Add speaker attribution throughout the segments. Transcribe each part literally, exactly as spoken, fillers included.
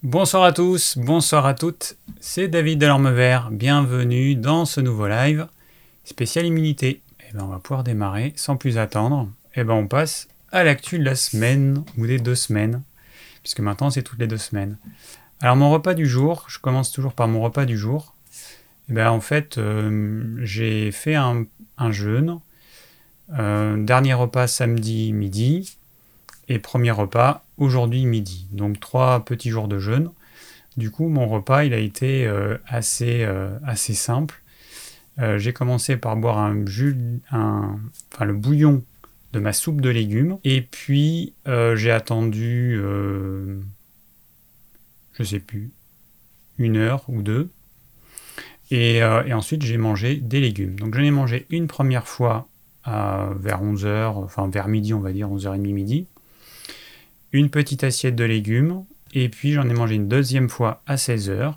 Speaker 1: Bonsoir à tous, bonsoir à toutes, c'est David Delorme Vert, bienvenue dans ce nouveau live spécial immunité. Et ben on va pouvoir démarrer sans plus attendre. Et ben on passe à l'actu de la semaine ou des deux semaines, puisque maintenant c'est toutes les deux semaines. Alors mon repas du jour, je commence toujours par mon repas du jour. Et ben en fait euh, j'ai fait un, un jeûne, euh, dernier repas samedi midi. Et premier repas, aujourd'hui midi. Donc trois petits jours de jeûne. Du coup, mon repas, il a été euh, assez, euh, assez simple. Euh, j'ai commencé par boire un jus, un, enfin, le bouillon de ma soupe de légumes. Et puis, euh, j'ai attendu, euh, je sais plus, une heure ou deux. Et, euh, et ensuite, j'ai mangé des légumes. Donc, je l'ai mangé une première fois à, vers onze heures, enfin vers midi, on va dire, onze heures trente midi. Une petite assiette de légumes, et puis j'en ai mangé une deuxième fois à seize heures,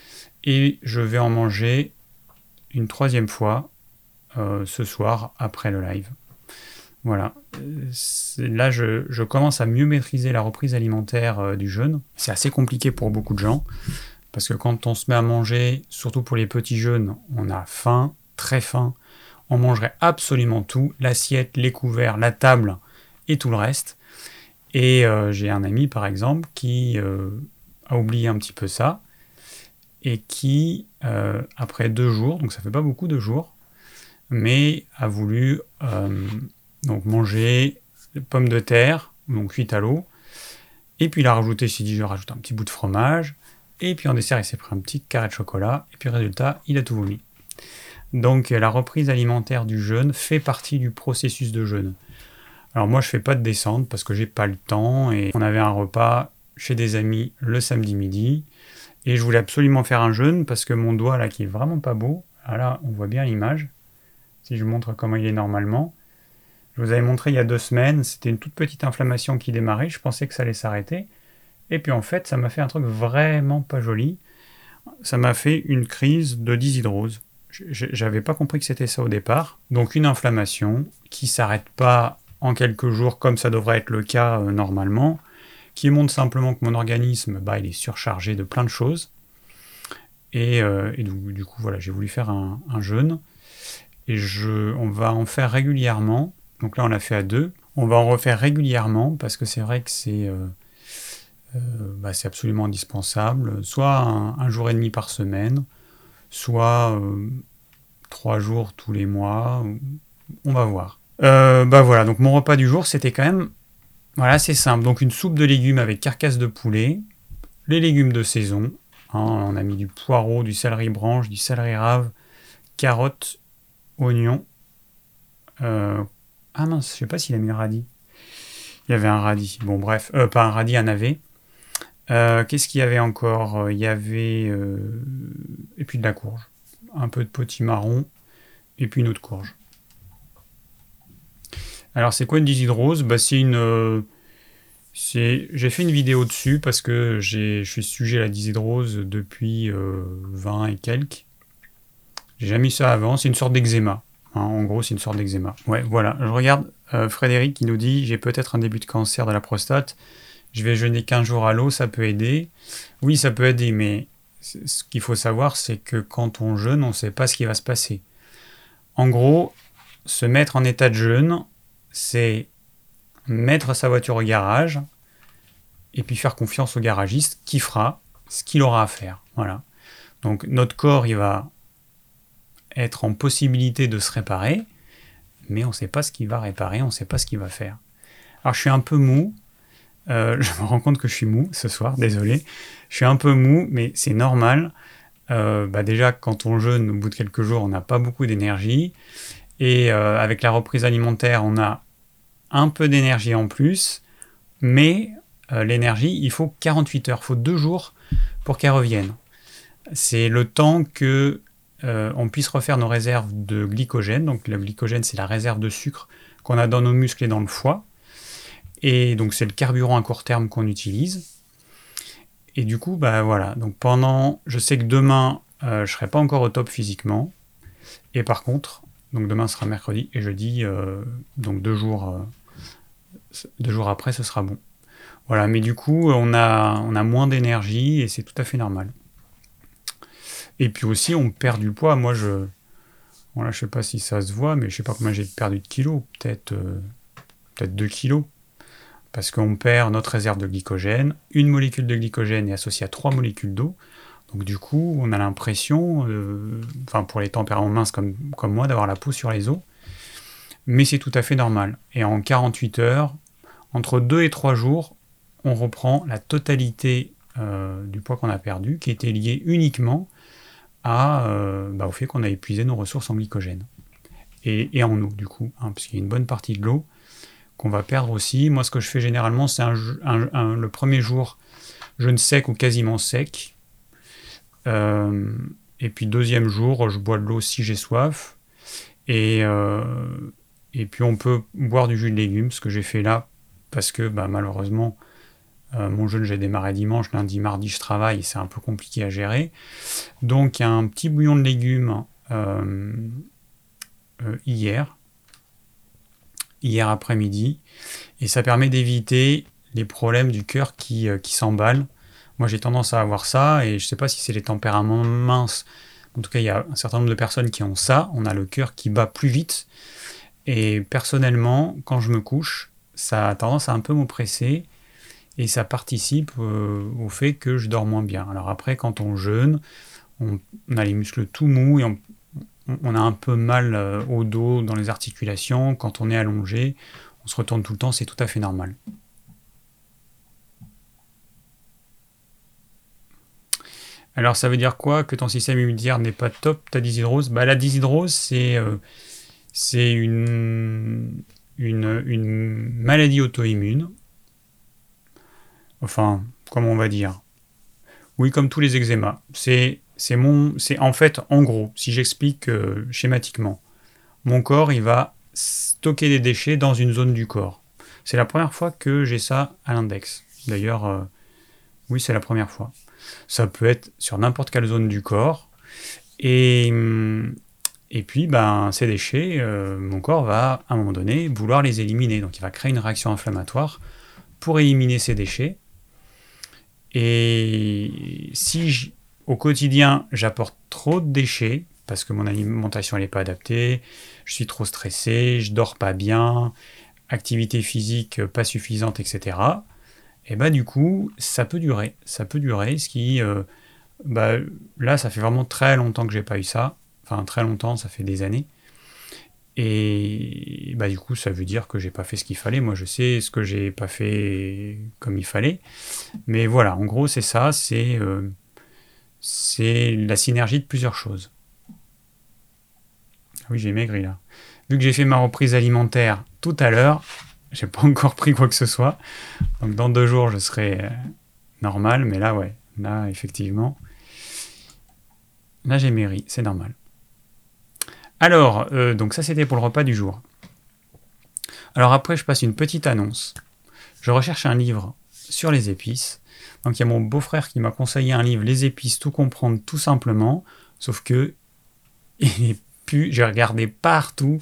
Speaker 1: et je vais en manger une troisième fois euh, ce soir après le live. Voilà. C'est, là, je, je commence à mieux maîtriser la reprise alimentaire euh, du jeûne. C'est assez compliqué pour beaucoup de gens, parce que quand on se met à manger, surtout pour les petits jeûnes, on a faim, très faim, on mangerait absolument tout, l'assiette, les couverts, la table et tout le reste. Et euh, j'ai un ami, par exemple, qui euh, a oublié un petit peu ça, et qui, euh, après deux jours, donc ça fait pas beaucoup de jours, mais a voulu euh, donc manger des pommes de terre, donc cuites à l'eau, et puis il a rajouté, il s'est dit, je rajoute un petit bout de fromage, et puis en dessert, il s'est pris un petit carré de chocolat, et puis résultat, il a tout vomi. Donc la reprise alimentaire du jeûne fait partie du processus de jeûne. Alors moi je fais pas de descente parce que j'ai pas le temps et on avait un repas chez des amis le samedi midi et je voulais absolument faire un jeûne parce que mon doigt là qui est vraiment pas beau, ah là on voit bien l'image, si je montre comment il est normalement, je vous avais montré il y a deux semaines, c'était une toute petite inflammation qui démarrait, je pensais que ça allait s'arrêter et puis en fait ça m'a fait un truc vraiment pas joli, ça m'a fait une crise de dyshydrose. J'avais pas compris que c'était ça au départ, donc une inflammation qui s'arrête pas en quelques jours, comme ça devrait être le cas euh, normalement, qui montre simplement que mon organisme, bah, il est surchargé de plein de choses. Et, euh, et du, du coup, voilà, j'ai voulu faire un, un jeûne. Et je, on va en faire régulièrement. Donc là, on l'a fait à deux. On va en refaire régulièrement, parce que c'est vrai que c'est, euh, euh, bah, c'est absolument indispensable. Soit un, un jour et demi par semaine, soit euh, trois jours tous les mois. On va voir. Euh, bah voilà, donc mon repas du jour, c'était quand même voilà, c'est simple. Donc une soupe de légumes avec carcasse de poulet, les légumes de saison. Hein, on a mis du poireau, du céleri branche, du céleri rave, carottes, oignons. Euh, ah mince, je sais pas s'il a mis le radis. Il y avait un radis. Bon bref, euh, pas un radis, un navet. Euh, qu'est-ce qu'il y avait encore? Il y avait euh, et puis de la courge, un peu de potimarron et puis une autre courge. Alors, c'est quoi une dyshydrose? Bah, c'est une. Euh, c'est... J'ai fait une vidéo dessus parce que j'ai... je suis sujet à la dyshydrose depuis euh, vingt et quelques. J'ai jamais eu ça avant. C'est une sorte d'eczéma. Hein, en gros, c'est une sorte d'eczéma. Ouais, voilà. Je regarde euh, Frédéric qui nous dit j'ai peut-être un début de cancer de la prostate. Je vais jeûner quinze jours à l'eau, ça peut aider. Oui, ça peut aider, mais ce qu'il faut savoir, c'est que quand on jeûne, on ne sait pas ce qui va se passer. En gros, se mettre en état de jeûne, c'est mettre sa voiture au garage et puis faire confiance au garagiste qui fera ce qu'il aura à faire. Voilà. Donc notre corps, il va être en possibilité de se réparer, mais on ne sait pas ce qu'il va réparer, on ne sait pas ce qu'il va faire. Alors je suis un peu mou, euh, je me rends compte que je suis mou ce soir, désolé. Je suis un peu mou, mais c'est normal. Euh, bah déjà, quand on jeûne, au bout de quelques jours, on n'a pas beaucoup d'énergie. Et euh, avec la reprise alimentaire, on a un peu d'énergie en plus, mais euh, l'énergie, il faut quarante-huit heures, il faut deux jours pour qu'elle revienne. C'est le temps que euh, on puisse refaire nos réserves de glycogène. Donc le glycogène, c'est la réserve de sucre qu'on a dans nos muscles et dans le foie. Et donc c'est le carburant à court terme qu'on utilise. Et du coup, bah voilà. Donc pendant, je sais que demain, euh, je serai pas encore au top physiquement. Et par contre, donc demain sera mercredi et jeudi, euh, donc deux jours, euh, deux jours après, ce sera bon. Voilà, mais du coup, on a, on a moins d'énergie et c'est tout à fait normal. Et puis aussi, on perd du poids. Moi, je... Voilà, je sais pas si ça se voit, mais je sais pas combien j'ai perdu de kilos. Peut-être euh, peut-être deux kilos. Parce qu'on perd notre réserve de glycogène. Une molécule de glycogène est associée à trois molécules d'eau. Donc du coup, on a l'impression, euh, enfin pour les tempéraments minces comme, comme moi, d'avoir la peau sur les os. Mais c'est tout à fait normal. Et en quarante-huit heures, entre deux et trois jours, on reprend la totalité euh, du poids qu'on a perdu, qui était lié uniquement à, euh, bah, au fait qu'on a épuisé nos ressources en glycogène. Et, et en eau, du coup, hein, parce qu'il y a une bonne partie de l'eau qu'on va perdre aussi. Moi, ce que je fais généralement, c'est un, un, un, le premier jour, jeûne sec ou quasiment sec. Euh, et puis deuxième jour, je bois de l'eau si j'ai soif. Et, euh, et puis on peut boire du jus de légumes, ce que j'ai fait là, parce que bah, malheureusement, euh, mon jeûne, j'ai démarré dimanche, lundi, mardi, je travaille, et c'est un peu compliqué à gérer. Donc un petit bouillon de légumes euh, euh, hier, hier après-midi, et ça permet d'éviter les problèmes du cœur qui, euh, qui s'emballent. Moi, j'ai tendance à avoir ça, et je ne sais pas si c'est les tempéraments minces. En tout cas, il y a un certain nombre de personnes qui ont ça. On a le cœur qui bat plus vite. Et personnellement, quand je me couche, ça a tendance à un peu m'oppresser, et ça participe euh, au fait que je dors moins bien. Alors après, quand on jeûne, on, on a les muscles tout mous, et on, on a un peu mal euh, au dos, dans les articulations. Quand on est allongé, on se retourne tout le temps, c'est tout à fait normal. Alors ça veut dire quoi? Que ton système immunitaire n'est pas top, ta dyshydrose? Bah, la dyshydrose, c'est, euh, c'est une, une, une maladie auto-immune. Enfin, comment on va dire? Oui, comme tous les eczémas. C'est, c'est, mon, c'est en fait, en gros, si j'explique euh, schématiquement, mon corps, il va stocker des déchets dans une zone du corps. C'est la première fois que j'ai ça à l'index. D'ailleurs, euh, oui, c'est la première fois. Ça peut être sur n'importe quelle zone du corps. Et, et puis, ben, ces déchets, euh, mon corps va, à un moment donné, vouloir les éliminer. Donc, il va créer une réaction inflammatoire pour éliminer ces déchets. Et si, j- au quotidien, j'apporte trop de déchets, parce que mon alimentation n'est pas adaptée, je suis trop stressé, je dors pas bien, activité physique pas suffisante, et cetera, et bah du coup, ça peut durer. Ça peut durer, ce qui... Euh, bah, là, ça fait vraiment très longtemps que j'ai pas eu ça. Enfin, très longtemps, ça fait des années. Et bah du coup, ça veut dire que j'ai pas fait ce qu'il fallait. Moi, je sais ce que j'ai pas fait comme il fallait. Mais voilà, en gros, c'est ça. C'est, euh, c'est la synergie de plusieurs choses. Ah oui, j'ai maigri là. Vu que j'ai fait ma reprise alimentaire tout à l'heure, j'ai pas encore pris quoi que ce soit. Donc dans deux jours, je serai euh, normal. Mais là, ouais, là, effectivement, là, j'ai maigri. C'est normal. Alors, euh, donc ça, c'était pour le repas du jour. Alors après, je passe une petite annonce. Je recherche un livre sur les épices. Donc il y a mon beau-frère qui m'a conseillé un livre, Les épices, tout comprendre tout simplement. Sauf que il est plus, j'ai regardé partout,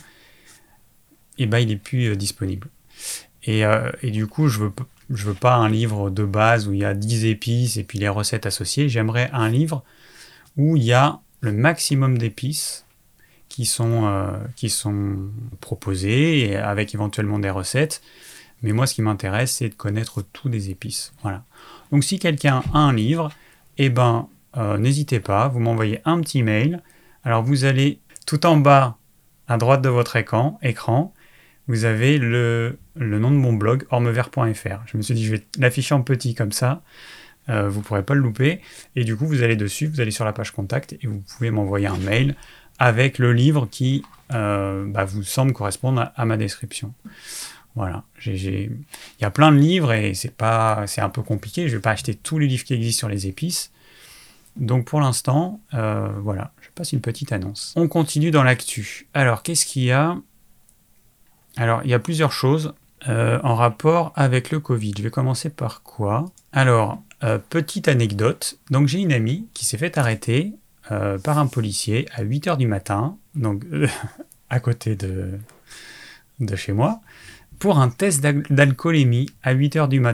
Speaker 1: et ben il est plus euh, disponible. Et, euh, et du coup, je veux, je veux pas un livre de base où il y a dix épices et puis les recettes associées. J'aimerais un livre où il y a le maximum d'épices qui sont, euh, qui sont proposées, et avec éventuellement des recettes. Mais moi, ce qui m'intéresse, c'est de connaître tout des épices. Voilà. Donc, si quelqu'un a un livre, eh ben, euh, n'hésitez pas, vous m'envoyez un petit mail. Alors, vous allez tout en bas, à droite de votre écran, écran vous avez le, le nom de mon blog, ormevert point f r. Je me suis dit, je vais l'afficher en petit comme ça, euh, vous ne pourrez pas le louper. Et du coup, vous allez dessus, vous allez sur la page contact, et vous pouvez m'envoyer un mail avec le livre qui euh, bah, vous semble correspondre à, à ma description. Voilà, j'ai, j'ai... il y a plein de livres et c'est, pas... c'est un peu compliqué, je ne vais pas acheter tous les livres qui existent sur les épices. Donc pour l'instant, euh, voilà, je passe une petite annonce. On continue dans l'actu. Alors, qu'est-ce qu'il y a? Alors, il y a plusieurs choses euh, en rapport avec le Covid. Je vais commencer par quoi? Alors, euh, petite anecdote. Donc, j'ai une amie qui s'est fait arrêter euh, par un policier à huit heures du matin, donc euh, à côté de, de chez moi, pour un test d'al- d'alcoolémie à huit heures du matin.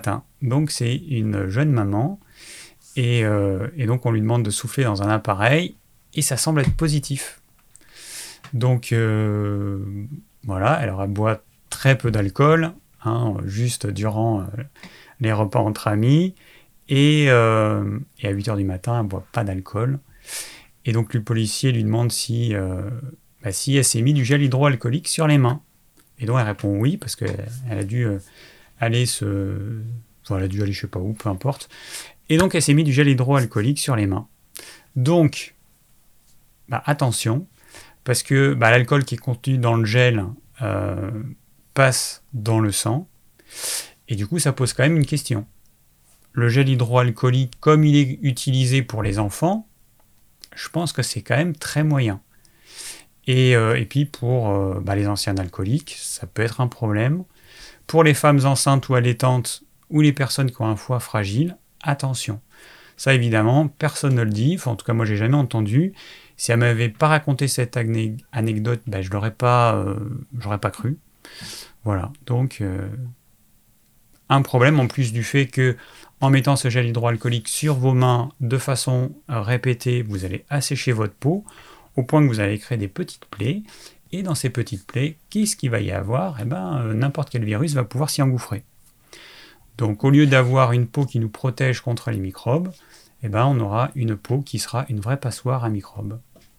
Speaker 1: Donc c'est une jeune maman, et, euh, et donc on lui demande de souffler dans un appareil, et ça semble être positif. Donc euh, voilà, alors elle boit très peu d'alcool, hein, juste durant euh, les repas entre amis, et, euh, et à huit heures du matin, elle ne boit pas d'alcool. Et donc le policier lui demande si, euh, bah, si elle s'est mis du gel hydroalcoolique sur les mains. Et donc elle répond oui, parce qu'elle a dû euh, aller se... Enfin, elle a dû aller je sais pas où, peu importe. Et donc elle s'est mis du gel hydroalcoolique sur les mains. Donc, bah, attention, parce que bah, l'alcool qui est contenu dans le gel euh, passe dans le sang, et du coup ça pose quand même une question. Le gel hydroalcoolique, comme il est utilisé pour les enfants, je pense que c'est quand même très moyen. Et, euh, et puis pour euh, bah, les anciens alcooliques, ça peut être un problème. Pour les femmes enceintes ou allaitantes ou les personnes qui ont un foie fragile, attention. Ça évidemment, personne ne le dit, enfin, en tout cas moi j'ai jamais entendu. Si elle m'avait pas raconté cette ané- anecdote, ben, je l'aurais pas, euh, j'aurais pas cru. Voilà, donc euh, un problème en plus du fait que en mettant ce gel hydroalcoolique sur vos mains de façon euh, répétée, vous allez assécher votre peau au point que vous allez créer des petites plaies. Et dans ces petites plaies, qu'est-ce qu'il va y avoir ? Eh ben, euh, n'importe quel virus va pouvoir s'y engouffrer. Donc au lieu d'avoir une peau qui nous protège contre les microbes, eh ben, on aura une peau qui sera une vraie passoire à microbes.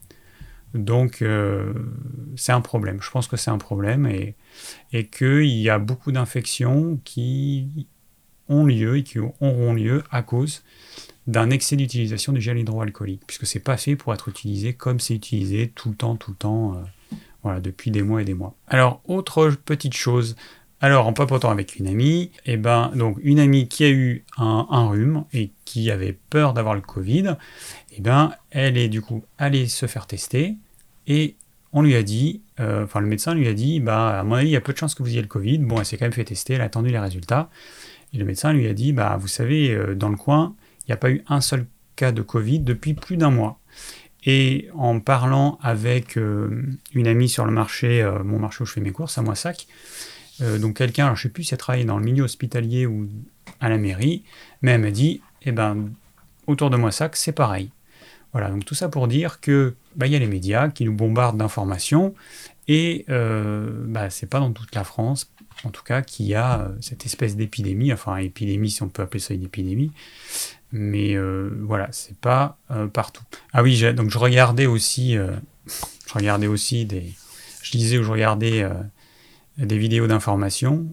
Speaker 1: Donc euh, c'est un problème, je pense que c'est un problème et, et qu'il y a beaucoup d'infections qui ont lieu et qui auront lieu à cause d'un excès d'utilisation du gel hydroalcoolique, puisque c'est pas fait pour être utilisé comme c'est utilisé tout le temps, tout le temps, euh, voilà, depuis des mois et des mois. Alors, autre petite chose, alors en papotant avec une amie, et ben, donc une amie qui a eu un, un rhume et qui avait peur d'avoir le Covid, et ben, elle est du coup allée se faire tester, et on lui a dit, euh, enfin le médecin lui a dit, bah, à mon avis, il y a peu de chances que vous ayez le Covid, bon, elle s'est quand même fait tester, elle a attendu les résultats, et le médecin lui a dit, bah, vous savez, euh, dans le coin, il n'y a pas eu un seul cas de Covid depuis plus d'un mois. Et en parlant avec euh, une amie sur le marché, euh, mon marché où je fais mes courses, à Moissac, euh, donc quelqu'un, alors je ne sais plus si elle travaille dans le milieu hospitalier ou à la mairie, mais elle m'a dit, eh ben, autour de Moissac, c'est pareil. Voilà, donc tout ça pour dire que bah, y a les médias qui nous bombardent d'informations, et euh, bah, c'est pas dans toute la France, en tout cas, qu'il y a euh, cette espèce d'épidémie, enfin épidémie si on peut appeler ça une épidémie, mais euh, voilà, c'est pas euh, partout. Ah oui, j'ai, donc je regardais aussi, euh, je regardais aussi des, je lisais ou je regardais euh, des vidéos d'information.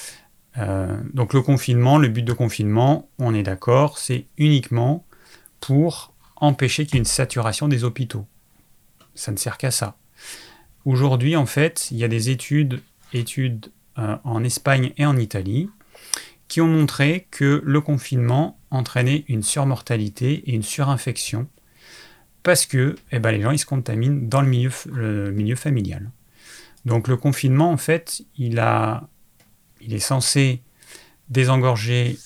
Speaker 1: Euh, donc le confinement, le but de confinement, on est d'accord, c'est uniquement pour empêcher qu'il y ait une saturation des hôpitaux. Ça ne sert qu'à ça. Aujourd'hui, en fait, il y a des études, études euh, en Espagne et en Italie qui ont montré que le confinement entraînait une surmortalité et une surinfection parce que eh ben, les gens ils se contaminent dans le milieu, le milieu familial. Donc le confinement, en fait, il, a, il est censé désengorger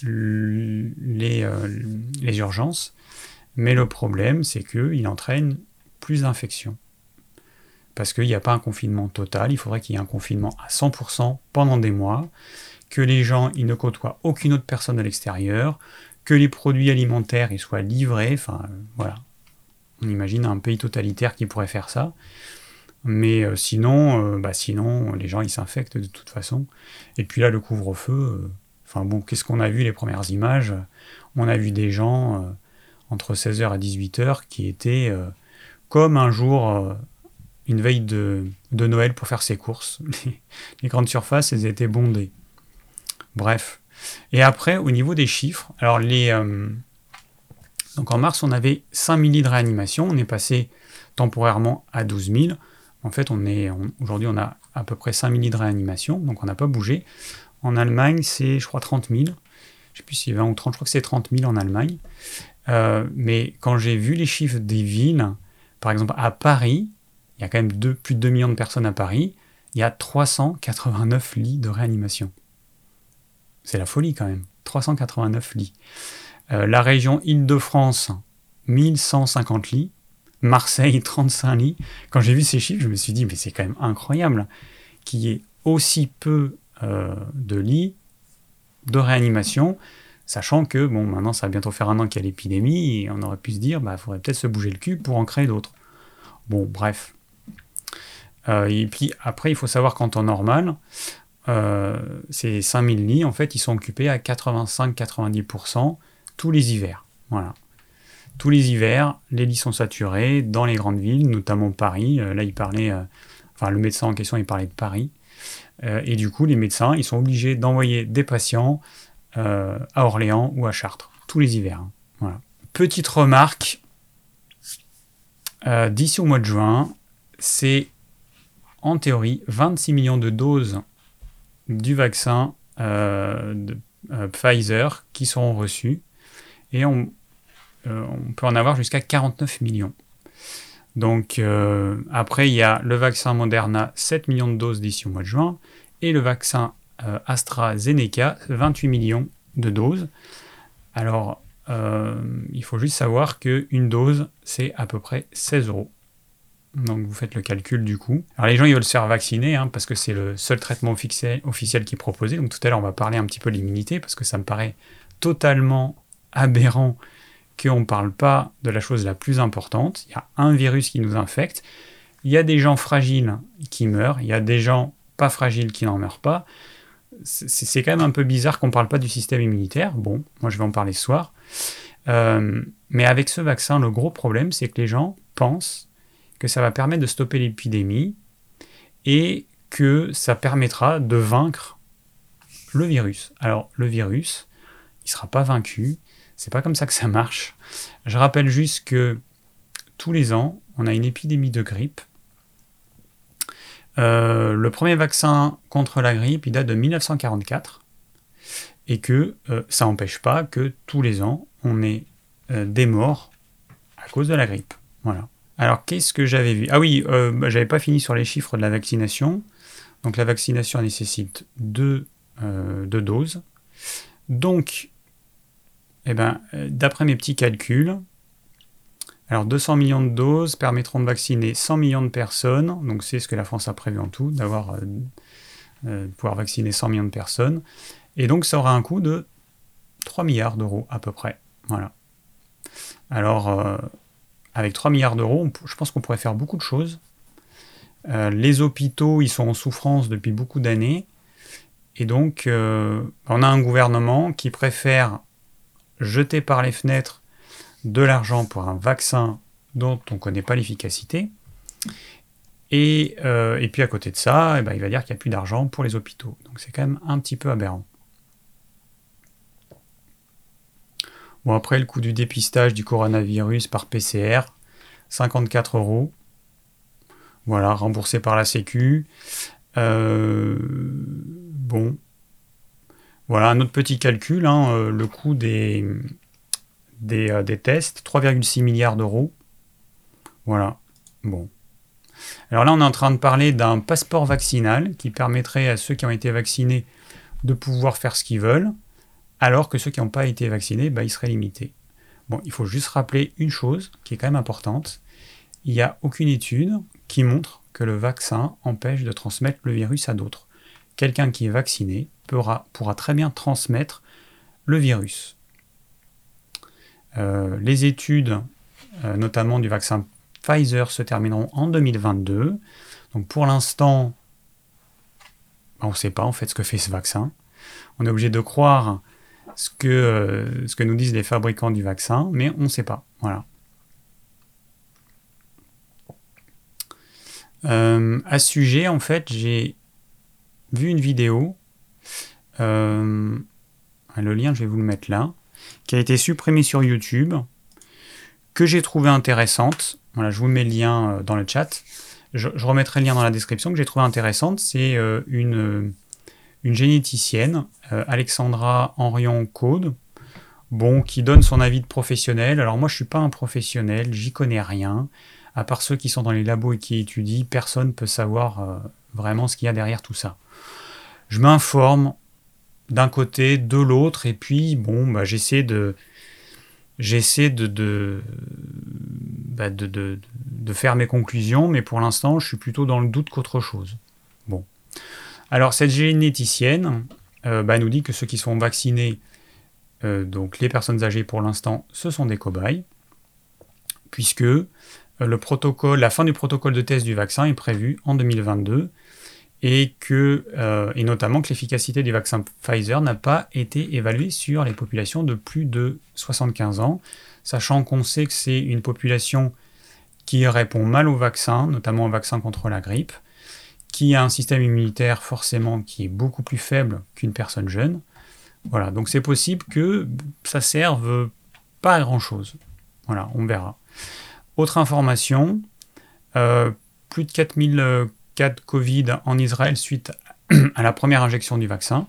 Speaker 1: les, euh, les urgences, mais le problème, c'est qu'il entraîne plus d'infections. Parce qu'il n'y a pas un confinement total, il faudrait qu'il y ait un confinement à cent pour cent pendant des mois, que les gens ils ne côtoient aucune autre personne à l'extérieur, que les produits alimentaires ils soient livrés, enfin euh, voilà. On imagine un pays totalitaire qui pourrait faire ça, mais euh, sinon, euh, bah sinon les gens ils s'infectent de toute façon. Et puis là le couvre-feu, euh, enfin bon, qu'est-ce qu'on a vu les premières images ? On a vu des gens euh, entre seize heures et dix-huit heures qui étaient euh, comme un jour... Euh, une veille de, de Noël pour faire ses courses. Les, les grandes surfaces, elles étaient bondées. Bref. Et après, au niveau des chiffres, alors les... Euh, donc en mars, on avait cinq mille lits de réanimation, on est passé temporairement à douze mille. En fait, on est, on, aujourd'hui, on a à peu près cinq mille lits de réanimation, donc on n'a pas bougé. En Allemagne, c'est, je crois, trente mille. Je ne sais plus si c'est vingt ou trente, je crois que c'est trente mille en Allemagne. Euh, mais quand j'ai vu les chiffres des villes, par exemple à Paris, il y a quand même deux, plus de deux millions de personnes à Paris, il y a trois cent quatre-vingt-neuf lits de réanimation. C'est la folie quand même, trois cent quatre-vingt-neuf lits. Euh, la région Île-de-France, mille cent cinquante lits. Marseille, trente-cinq lits. Quand j'ai vu ces chiffres, je me suis dit, mais c'est quand même incroyable qu'il y ait aussi peu euh, de lits de réanimation, Sachant que, bon, maintenant, ça va bientôt faire un an qu'il y a l'épidémie, et on aurait pu se dire, bah, faudrait peut-être se bouger le cul pour en créer d'autres. Bon, bref. Euh, et puis, après, il faut savoir qu'en temps normal, euh, ces cinq mille lits, en fait, ils sont occupés à quatre-vingt-cinq à quatre-vingt-dix pour cent tous les hivers. Voilà. Tous les hivers, les lits sont saturés dans les grandes villes, notamment Paris. Euh, là, il parlait, euh, enfin, le médecin en question, il parlait de Paris. Euh, et du coup, les médecins, ils sont obligés d'envoyer des patients euh, à Orléans ou à Chartres, tous les hivers. Hein. Voilà. Petite remarque, euh, d'ici au mois de juin, c'est en théorie vingt-six millions de doses du vaccin euh, de euh, Pfizer qui seront reçues. Et on, euh, on peut en avoir jusqu'à quarante-neuf millions. Donc euh, après, il y a le vaccin Moderna, sept millions de doses d'ici au mois de juin, et le vaccin euh, AstraZeneca, vingt-huit millions de doses. Alors, euh, il faut juste savoir qu'une dose, c'est à peu près seize euros. Donc vous faites le calcul du coup. Alors les gens ils veulent se faire vacciner hein, parce que c'est le seul traitement officiel, officiel qui est proposé. Donc tout à l'heure on va parler un petit peu de l'immunité parce que ça me paraît totalement aberrant qu'on ne parle pas de la chose la plus importante. Il y a un virus qui nous infecte. Il y a des gens fragiles qui meurent. Il y a des gens pas fragiles qui n'en meurent pas. C'est, c'est quand même un peu bizarre qu'on ne parle pas du système immunitaire. Bon, moi je vais en parler ce soir. Euh, mais avec ce vaccin, le gros problème, c'est que les gens pensent que ça va permettre de stopper l'épidémie et que ça permettra de vaincre le virus. Alors, le virus, il ne sera pas vaincu. C'est pas comme ça que ça marche. Je rappelle juste que tous les ans, on a une épidémie de grippe. Euh, le premier vaccin contre la grippe, il date de mille neuf cent quarante-quatre. Et que euh, ça n'empêche pas que tous les ans, on ait euh, des morts à cause de la grippe. Voilà. Alors, qu'est-ce que j'avais vu ? Ah oui, euh, bah, j'avais pas fini sur les chiffres de la vaccination. Donc, la vaccination nécessite deux, euh, deux doses. Donc, eh ben, d'après mes petits calculs, alors deux cents millions de doses permettront de vacciner cent millions de personnes. Donc, c'est ce que la France a prévu en tout, d'avoir euh, euh, pouvoir vacciner cent millions de personnes. Et donc, ça aura un coût de trois milliards d'euros à peu près. Voilà. Alors, euh, avec trois milliards d'euros, on, je pense qu'on pourrait faire beaucoup de choses. Euh, les hôpitaux, ils sont en souffrance depuis beaucoup d'années. Et donc, euh, on a un gouvernement qui préfère jeter par les fenêtres de l'argent pour un vaccin dont on ne connaît pas l'efficacité. Et, euh, et puis à côté de ça, eh ben, il va dire qu'il n'y a plus d'argent pour les hôpitaux. Donc c'est quand même un petit peu aberrant. Bon, après, le coût du dépistage du coronavirus par P C R, cinquante-quatre euros. Voilà, remboursé par la Sécu. Euh, bon. Voilà, un autre petit calcul, hein, euh, le coût des, des, euh, des tests, trois virgule six milliards d'euros. Voilà, bon. Alors là, on est en train de parler d'un passeport vaccinal qui permettrait à ceux qui ont été vaccinés de pouvoir faire ce qu'ils veulent, alors que ceux qui n'ont pas été vaccinés, bah, ils seraient limités. Bon, il faut juste rappeler une chose qui est quand même importante. Il n'y a aucune étude qui montre que le vaccin empêche de transmettre le virus à d'autres. Quelqu'un qui est vacciné pourra, pourra très bien transmettre le virus. Euh, les études, euh, notamment du vaccin Pfizer, se termineront en deux mille vingt-deux. Donc pour l'instant, on ne sait pas en fait ce que fait ce vaccin. On est obligé de croire ce que, euh, ce que nous disent les fabricants du vaccin, mais on ne sait pas. Voilà. Euh, à ce sujet, en fait, j'ai vu une vidéo, euh, le lien, je vais vous le mettre là, qui a été supprimée sur YouTube, que j'ai trouvé intéressante. Voilà, je vous mets le lien dans le chat. Je, je remettrai le lien dans la description, que j'ai trouvé intéressante. C'est euh, une, une généticienne, euh, Alexandra Henrion-Caude, bon, qui donne son avis de professionnel. Alors moi, je ne suis pas un professionnel, j'y connais rien. À part ceux qui sont dans les labos et qui étudient, personne ne peut savoir euh, vraiment ce qu'il y a derrière tout ça. Je m'informe d'un côté, de l'autre, et puis, bon, bah, j'essaie de... J'essaie de, de, bah de, de, de faire mes conclusions, mais pour l'instant, je suis plutôt dans le doute qu'autre chose. Bon. Alors, cette généticienne euh, bah, nous dit que ceux qui sont vaccinés euh, donc les personnes âgées pour l'instant, ce sont des cobayes, puisque euh, le protocole, la fin du protocole de test du vaccin est prévue en deux mille vingt-deux, et, que, euh, et notamment que l'efficacité du vaccin Pfizer n'a pas été évaluée sur les populations de plus de soixante-quinze ans, sachant qu'on sait que c'est une population qui répond mal au vaccin, notamment au vaccin contre la grippe, qui a un système immunitaire forcément qui est beaucoup plus faible qu'une personne jeune. Voilà, donc c'est possible que ça serve pas à grand-chose. Voilà, on verra. Autre information, euh, plus de quatre mille cas de Covid en Israël suite à la première injection du vaccin.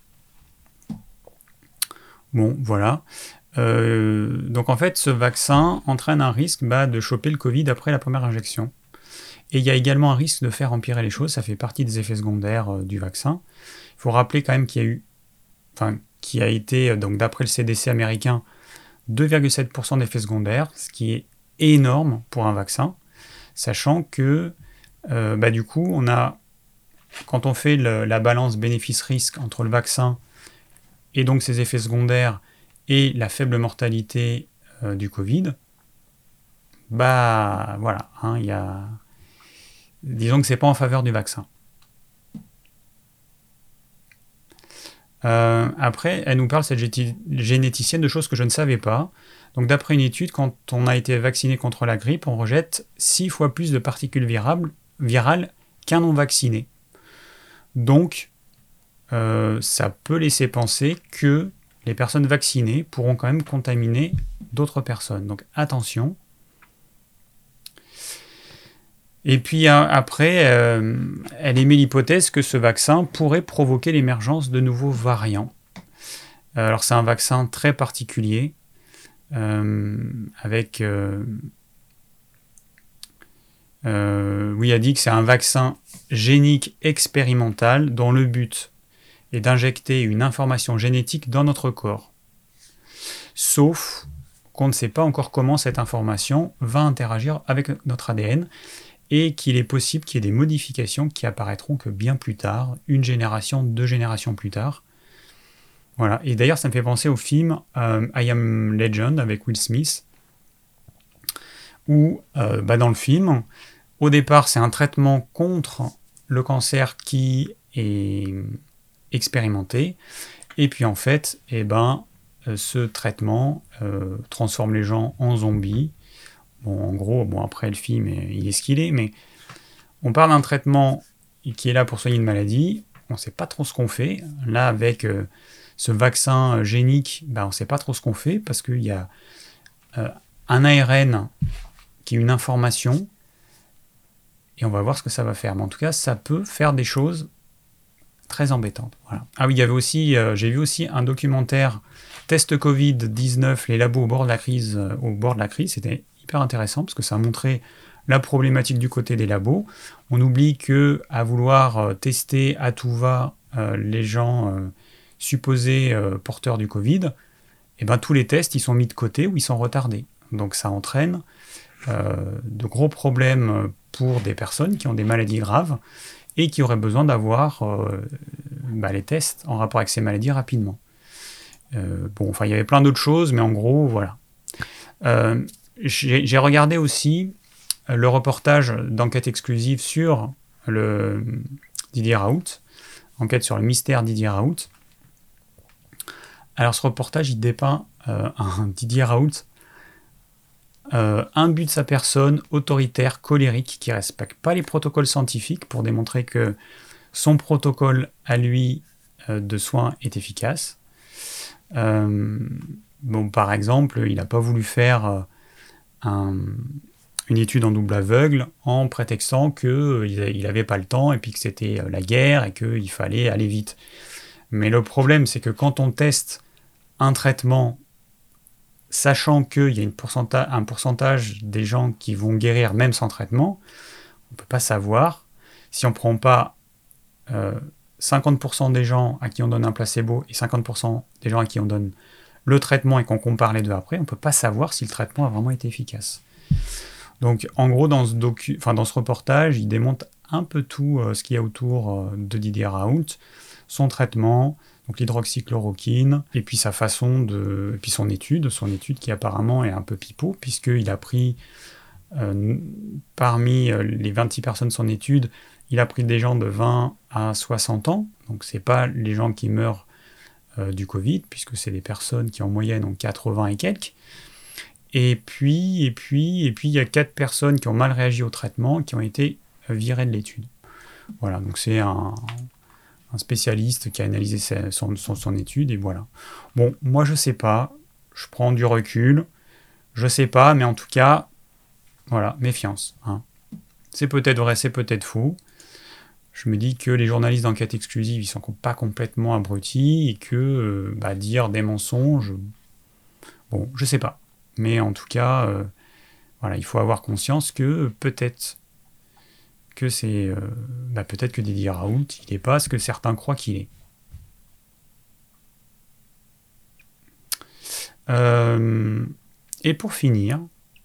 Speaker 1: Bon, voilà. Euh, donc en fait, ce vaccin entraîne un risque bah, de choper le Covid après la première injection. Et il y a également un risque de faire empirer les choses, ça fait partie des effets secondaires euh, du vaccin. Il faut rappeler quand même qu'il y a eu, enfin, qui a été, donc d'après le C D C américain, deux virgule sept pour cent d'effets secondaires, ce qui est énorme pour un vaccin, sachant que euh, bah, du coup, on a, quand on fait le, la balance bénéfice-risque entre le vaccin et donc ses effets secondaires et la faible mortalité euh, du Covid, bah voilà, hein, y a... disons que c'est pas en faveur du vaccin. Euh, après, elle nous parle, cette généticienne, de choses que je ne savais pas. Donc d'après une étude, quand on a été vacciné contre la grippe, on rejette six fois plus de particules virales, virales qu'un non-vacciné. Donc, euh, ça peut laisser penser que les personnes vaccinées pourront quand même contaminer d'autres personnes. Donc attention. Et puis après, euh, elle émet l'hypothèse que ce vaccin pourrait provoquer l'émergence de nouveaux variants. Alors c'est un vaccin très particulier, euh, avec... Euh, euh, oui, elle dit que c'est un vaccin génique expérimental dont le but est d'injecter une information génétique dans notre corps. Sauf qu'on ne sait pas encore comment cette information va interagir avec notre A D N, et qu'il est possible qu'il y ait des modifications qui apparaîtront que bien plus tard, une génération, deux générations plus tard. Voilà. Et d'ailleurs, ça me fait penser au film euh, I Am Legend avec Will Smith, où euh, bah, dans le film, au départ, c'est un traitement contre le cancer qui est expérimenté, et puis en fait, eh ben, ce traitement euh, transforme les gens en zombies. Bon, en gros, bon, après le film, il est ce qu'il est, mais on parle d'un traitement qui est là pour soigner une maladie, on ne sait pas trop ce qu'on fait. Là, avec euh, ce vaccin génique, bah, on ne sait pas trop ce qu'on fait, parce qu'il y a euh, un A R N qui est une information, et on va voir ce que ça va faire. Mais en tout cas, ça peut faire des choses très embêtantes. Voilà. Ah oui, il y avait aussi, euh, j'ai vu aussi un documentaire Test covid dix-neuf, les labos au bord de la crise, euh, au bord de la crise, c'était hyper intéressant parce que ça a montré la problématique du côté des labos. On oublie que à vouloir euh, tester à tout va euh, les gens euh, supposés euh, porteurs du Covid, et ben tous les tests ils sont mis de côté ou ils sont retardés. Donc ça entraîne euh, de gros problèmes pour des personnes qui ont des maladies graves et qui auraient besoin d'avoir euh, bah, les tests en rapport avec ces maladies rapidement. Euh, bon, enfin il y avait plein d'autres choses, mais en gros voilà. Euh, J'ai, j'ai regardé aussi le reportage d'enquête exclusive sur le Didier Raoult, enquête sur le mystère Didier Raoult. Alors ce reportage, il dépeint euh, un Didier Raoult euh, imbu de sa personne, autoritaire, colérique, qui ne respecte pas les protocoles scientifiques pour démontrer que son protocole à lui euh, de soins est efficace. Euh, bon, par exemple, il n'a pas voulu faire... Euh, Un, une étude en double aveugle en prétextant qu'il n'avait pas le temps et puis que c'était la guerre et qu'il fallait aller vite. Mais le problème, c'est que quand on teste un traitement, sachant qu'il y a une pourcentage, un pourcentage des gens qui vont guérir même sans traitement, on ne peut pas savoir. Si on ne prend pas euh, cinquante pour cent des gens à qui on donne un placebo et cinquante pour cent des gens à qui on donne le traitement et qu'on compare les deux après, on ne peut pas savoir si le traitement a vraiment été efficace. Donc en gros, dans ce, docu, enfin, dans ce reportage, il démontre un peu tout euh, ce qu'il y a autour euh, de Didier Raoult, son traitement. donc l'hydroxychloroquine, et puis sa façon de... et puis son étude, son étude qui apparemment est un peu pipeau, puisqu'il a pris, euh, parmi les vingt-six personnes de son étude, il a pris des gens de vingt à soixante ans, donc c'est pas les gens qui meurent euh, du Covid, puisque c'est des personnes qui en moyenne ont quatre-vingts et quelques. Et puis, et puis, et puis, il y a quatre personnes qui ont mal réagi au traitement, qui ont été virées de l'étude. Voilà, donc c'est un, un spécialiste qui a analysé sa, son, son, son étude, et voilà. Bon, moi je sais pas, je prends du recul, je sais pas, mais en tout cas, voilà, méfiance. Hein. C'est peut-être vrai, c'est peut-être faux. Je me dis que les journalistes d'enquête exclusive, ils sont pas complètement abrutis, et que euh, bah, dire des mensonges, bon, je sais pas. Mais en tout cas, euh, voilà, il faut avoir conscience que peut-être que c'est, euh, bah peut-être que Didier Raoult, il n'est pas ce que certains croient qu'il est. Euh, et pour finir,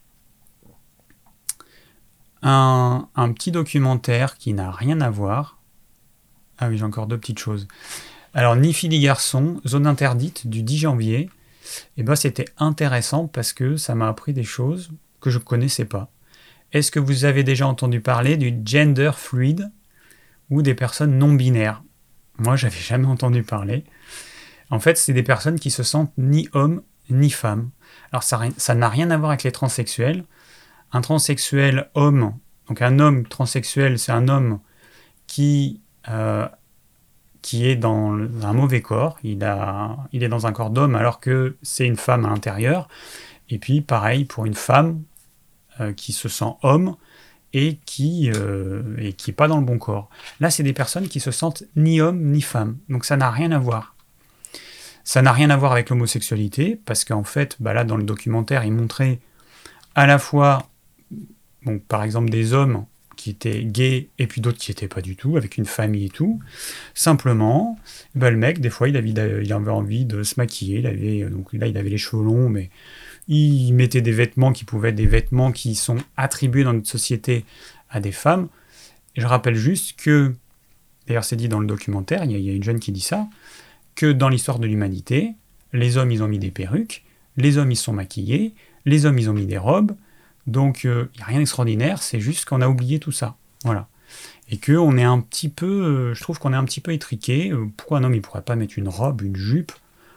Speaker 1: un, un petit documentaire qui n'a rien à voir. Ah oui, j'ai encore deux petites choses. Alors, Ni fille ni garçon, zone interdite du dix janvier. Et ben, c'était intéressant parce que ça m'a appris des choses que je ne connaissais pas. Est-ce que vous avez déjà entendu parler du gender fluid ou des personnes non binaires ? Moi, j'avais jamais entendu parler. En fait, c'est des personnes qui se sentent ni hommes ni femmes. Alors, ça, ça n'a rien à voir avec les transsexuels. Un transsexuel homme, donc un homme transsexuel, c'est un homme qui, euh, qui est dans un mauvais corps. Il, a, il est dans un corps d'homme alors que c'est une femme à l'intérieur. Et puis, pareil, pour une femme euh, qui se sent homme et qui euh, et qui n'est pas dans le bon corps. Là, c'est des personnes qui se sentent ni homme ni femme. Donc, ça n'a rien à voir. Ça n'a rien à voir avec l'homosexualité, parce qu'en fait, bah là, dans le documentaire, il montrait à la fois, bon, par exemple, des hommes qui étaient gays, et puis d'autres qui n'étaient pas du tout, avec une famille et tout. Simplement, bah, le mec, des fois, il avait, il avait envie de se maquiller. Il avait, donc là, il avait les cheveux longs, mais il mettait des vêtements qui pouvaient être des vêtements qui sont attribués dans notre société à des femmes. Et je rappelle juste que, d'ailleurs, c'est dit dans le documentaire, il y a, il y a une jeune qui dit ça, que dans l'histoire de l'humanité, les hommes, ils ont mis des perruques, les hommes, ils se sont maquillés, les hommes, ils ont mis des robes, donc il euh, n'y a rien d'extraordinaire, c'est juste qu'on a oublié tout ça, voilà. Et qu'on est un petit peu, euh, je trouve qu'on est un petit peu étriqué, euh, pourquoi un homme, il ne pourrait pas mettre une robe, une jupe ?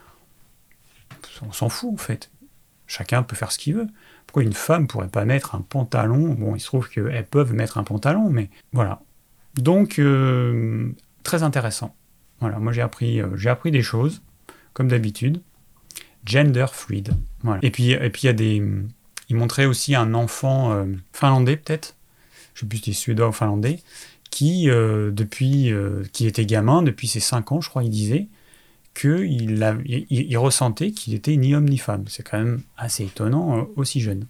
Speaker 1: On s'en fout, en fait. Chacun peut faire ce qu'il veut. Pourquoi une femme ne pourrait pas mettre un pantalon ? Bon, il se trouve qu'elles peuvent mettre un pantalon, mais voilà. Donc, euh, très intéressant. Voilà, moi j'ai appris, euh, j'ai appris des choses, comme d'habitude. Gender fluid. Voilà. Et puis, et puis il y a des... Il montrait aussi un enfant euh, finlandais, peut-être, je ne sais plus si c'était suédois ou finlandais, qui, euh, depuis, euh, qui était gamin, depuis ses cinq ans, je crois, il disait, qu'il a, il, il ressentait qu'il était ni homme ni femme. C'est quand même assez étonnant, euh, aussi jeune.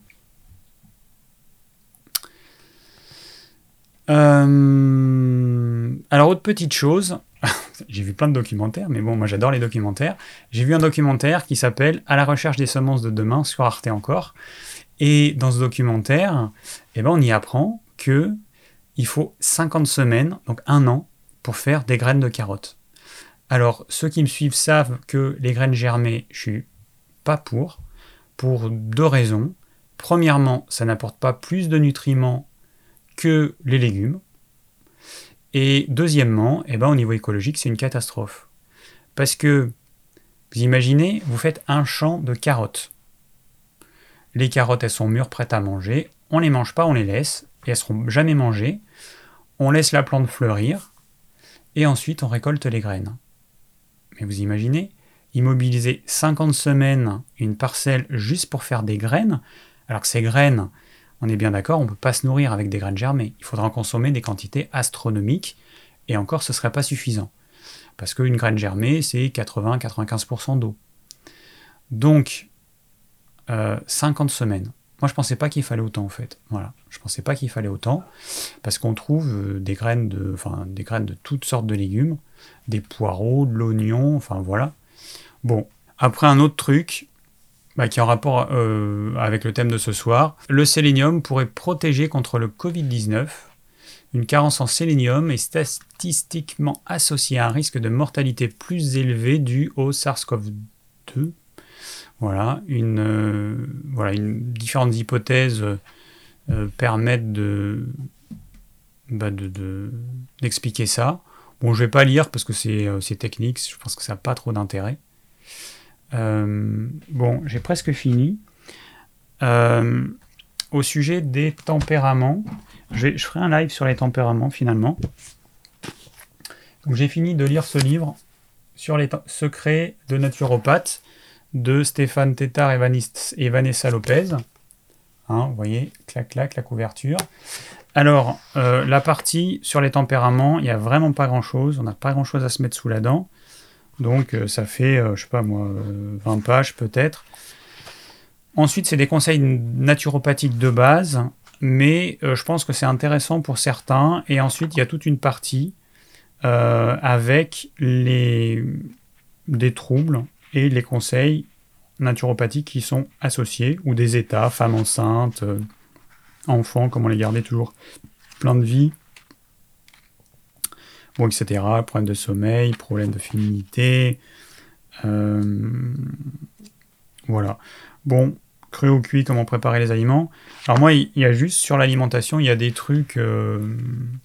Speaker 1: Euh, alors, autre petite chose... J'ai vu plein de documentaires, mais bon, moi j'adore les documentaires. J'ai vu un documentaire qui s'appelle « À la recherche des semences de demain » sur Arte encore. Et dans ce documentaire, eh ben, on y apprend qu'il faut cinquante semaines, donc un an, pour faire des graines de carottes. Alors, ceux qui me suivent savent que les graines germées, je suis pas pour, pour deux raisons. Premièrement, ça n'apporte pas plus de nutriments que les légumes. Et deuxièmement, eh ben, au niveau écologique, c'est une catastrophe. Parce que, vous imaginez, vous faites un champ de carottes. Les carottes, elles sont mûres, prêtes à manger. On ne les mange pas, on les laisse, et elles ne seront jamais mangées. On laisse la plante fleurir, et ensuite on récolte les graines. Mais vous imaginez, immobiliser cinquante semaines une parcelle juste pour faire des graines, alors que ces graines... On est bien d'accord, on ne peut pas se nourrir avec des graines germées. Il faudra en consommer des quantités astronomiques, et encore, ce ne serait pas suffisant. Parce qu'une graine germée, c'est quatre-vingts à quatre-vingt-quinze pour cent d'eau. Donc, euh, cinquante semaines. Moi, je ne pensais pas qu'il fallait autant, en fait. Voilà. Je ne pensais pas qu'il fallait autant, parce qu'on trouve des graines de, enfin, des graines de toutes sortes de légumes, des poireaux, de l'oignon, enfin voilà. Bon, après un autre truc... Bah, qui est en rapport euh, avec le thème de ce soir. Le sélénium pourrait protéger contre le covid dix-neuf. Une carence en sélénium est statistiquement associée à un risque de mortalité plus élevé dû au SARS-CoV deux. Voilà, une, euh, voilà, une, différentes hypothèses euh, permettent de, bah de, de, d'expliquer ça. Bon, je vais pas lire parce que c'est, euh, c'est technique, je pense que ça n'a pas trop d'intérêt. Euh, bon, j'ai presque fini. Euh, au sujet des tempéraments, je, je ferai un live sur les tempéraments finalement. Donc j'ai fini de lire ce livre sur les te- secrets de naturopathe de Stéphane Tétard et, Vanis- et Vanessa Lopez. Hein, vous voyez, clac clac la couverture. Alors, euh, la partie sur les tempéraments, il n'y a vraiment pas grand-chose. On n'a pas grand-chose à se mettre sous la dent. Donc, euh, ça fait, euh, je sais pas moi, euh, vingt pages peut-être. Ensuite, c'est des conseils naturopathiques de base, mais euh, je pense que c'est intéressant pour certains. Et ensuite, il y a toute une partie euh, avec les... des troubles et les conseils naturopathiques qui sont associés, ou des états, femmes enceintes, euh, enfants, comment les garder toujours plein de vie, bon, et cetera. Problème de sommeil, problème de féminité, euh, voilà. Bon, cru ou cuit, comment préparer les aliments. Alors moi, il y a juste sur l'alimentation, il y a des trucs euh,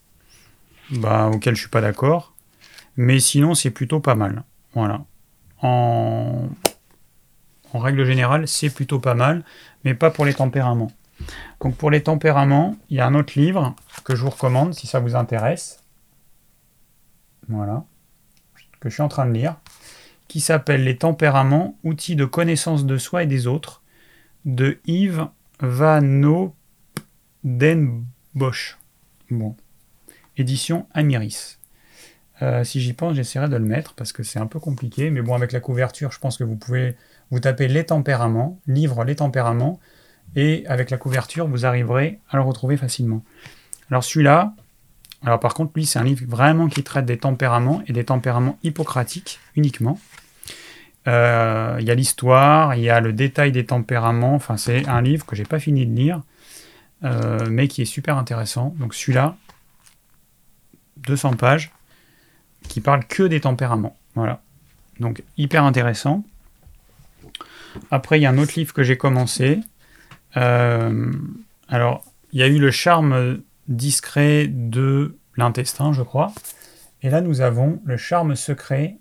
Speaker 1: bah, auxquels je suis pas d'accord, mais sinon c'est plutôt pas mal. Voilà. En, en règle générale, c'est plutôt pas mal, mais pas pour les tempéraments. Donc pour les tempéraments, il y a un autre livre que je vous recommande si ça vous intéresse. Voilà. Que je suis en train de lire. Qui s'appelle Les tempéraments, outils de connaissance de soi et des autres, de Yves Van den Bosch. Bon. Édition Amiris. Euh, si j'y pense, j'essaierai de le mettre parce que c'est un peu compliqué. Mais bon, avec la couverture, je pense que vous pouvez vous taper Les tempéraments, livre Les tempéraments, et avec la couverture, vous arriverez à le retrouver facilement. Alors celui-là, alors par contre, lui, c'est un livre vraiment qui traite des tempéraments et des tempéraments hippocratiques uniquement. Euh, il y a l'histoire, il y a le détail des tempéraments. Enfin, c'est un livre que j'ai pas fini de lire, euh, mais qui est super intéressant. Donc celui-là, deux cents pages, qui parle que des tempéraments. Voilà. Donc hyper intéressant. Après, il y a un autre livre que j'ai commencé. Euh, alors, il y a eu le charme discret de l'intestin, je crois. Et là, nous avons le charme secret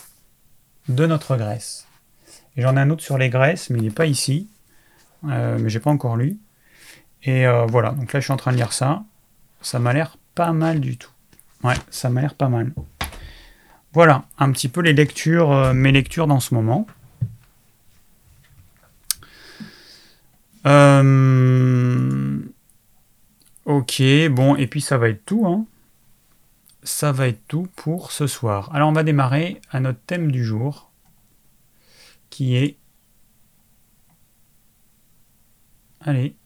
Speaker 1: de notre graisse. Et j'en ai un autre sur les graisses, mais il n'est pas ici. Euh, mais j'ai pas encore lu. Et euh, voilà, donc là, je suis en train de lire ça. Ça m'a l'air pas mal du tout. Ouais, ça m'a l'air pas mal. Voilà, un petit peu les lectures, euh, mes lectures dans ce moment. Euh... Ok, bon, et puis ça va être tout, hein. Ça va être tout pour ce soir. Alors on va démarrer à notre thème du jour, qui est... Allez.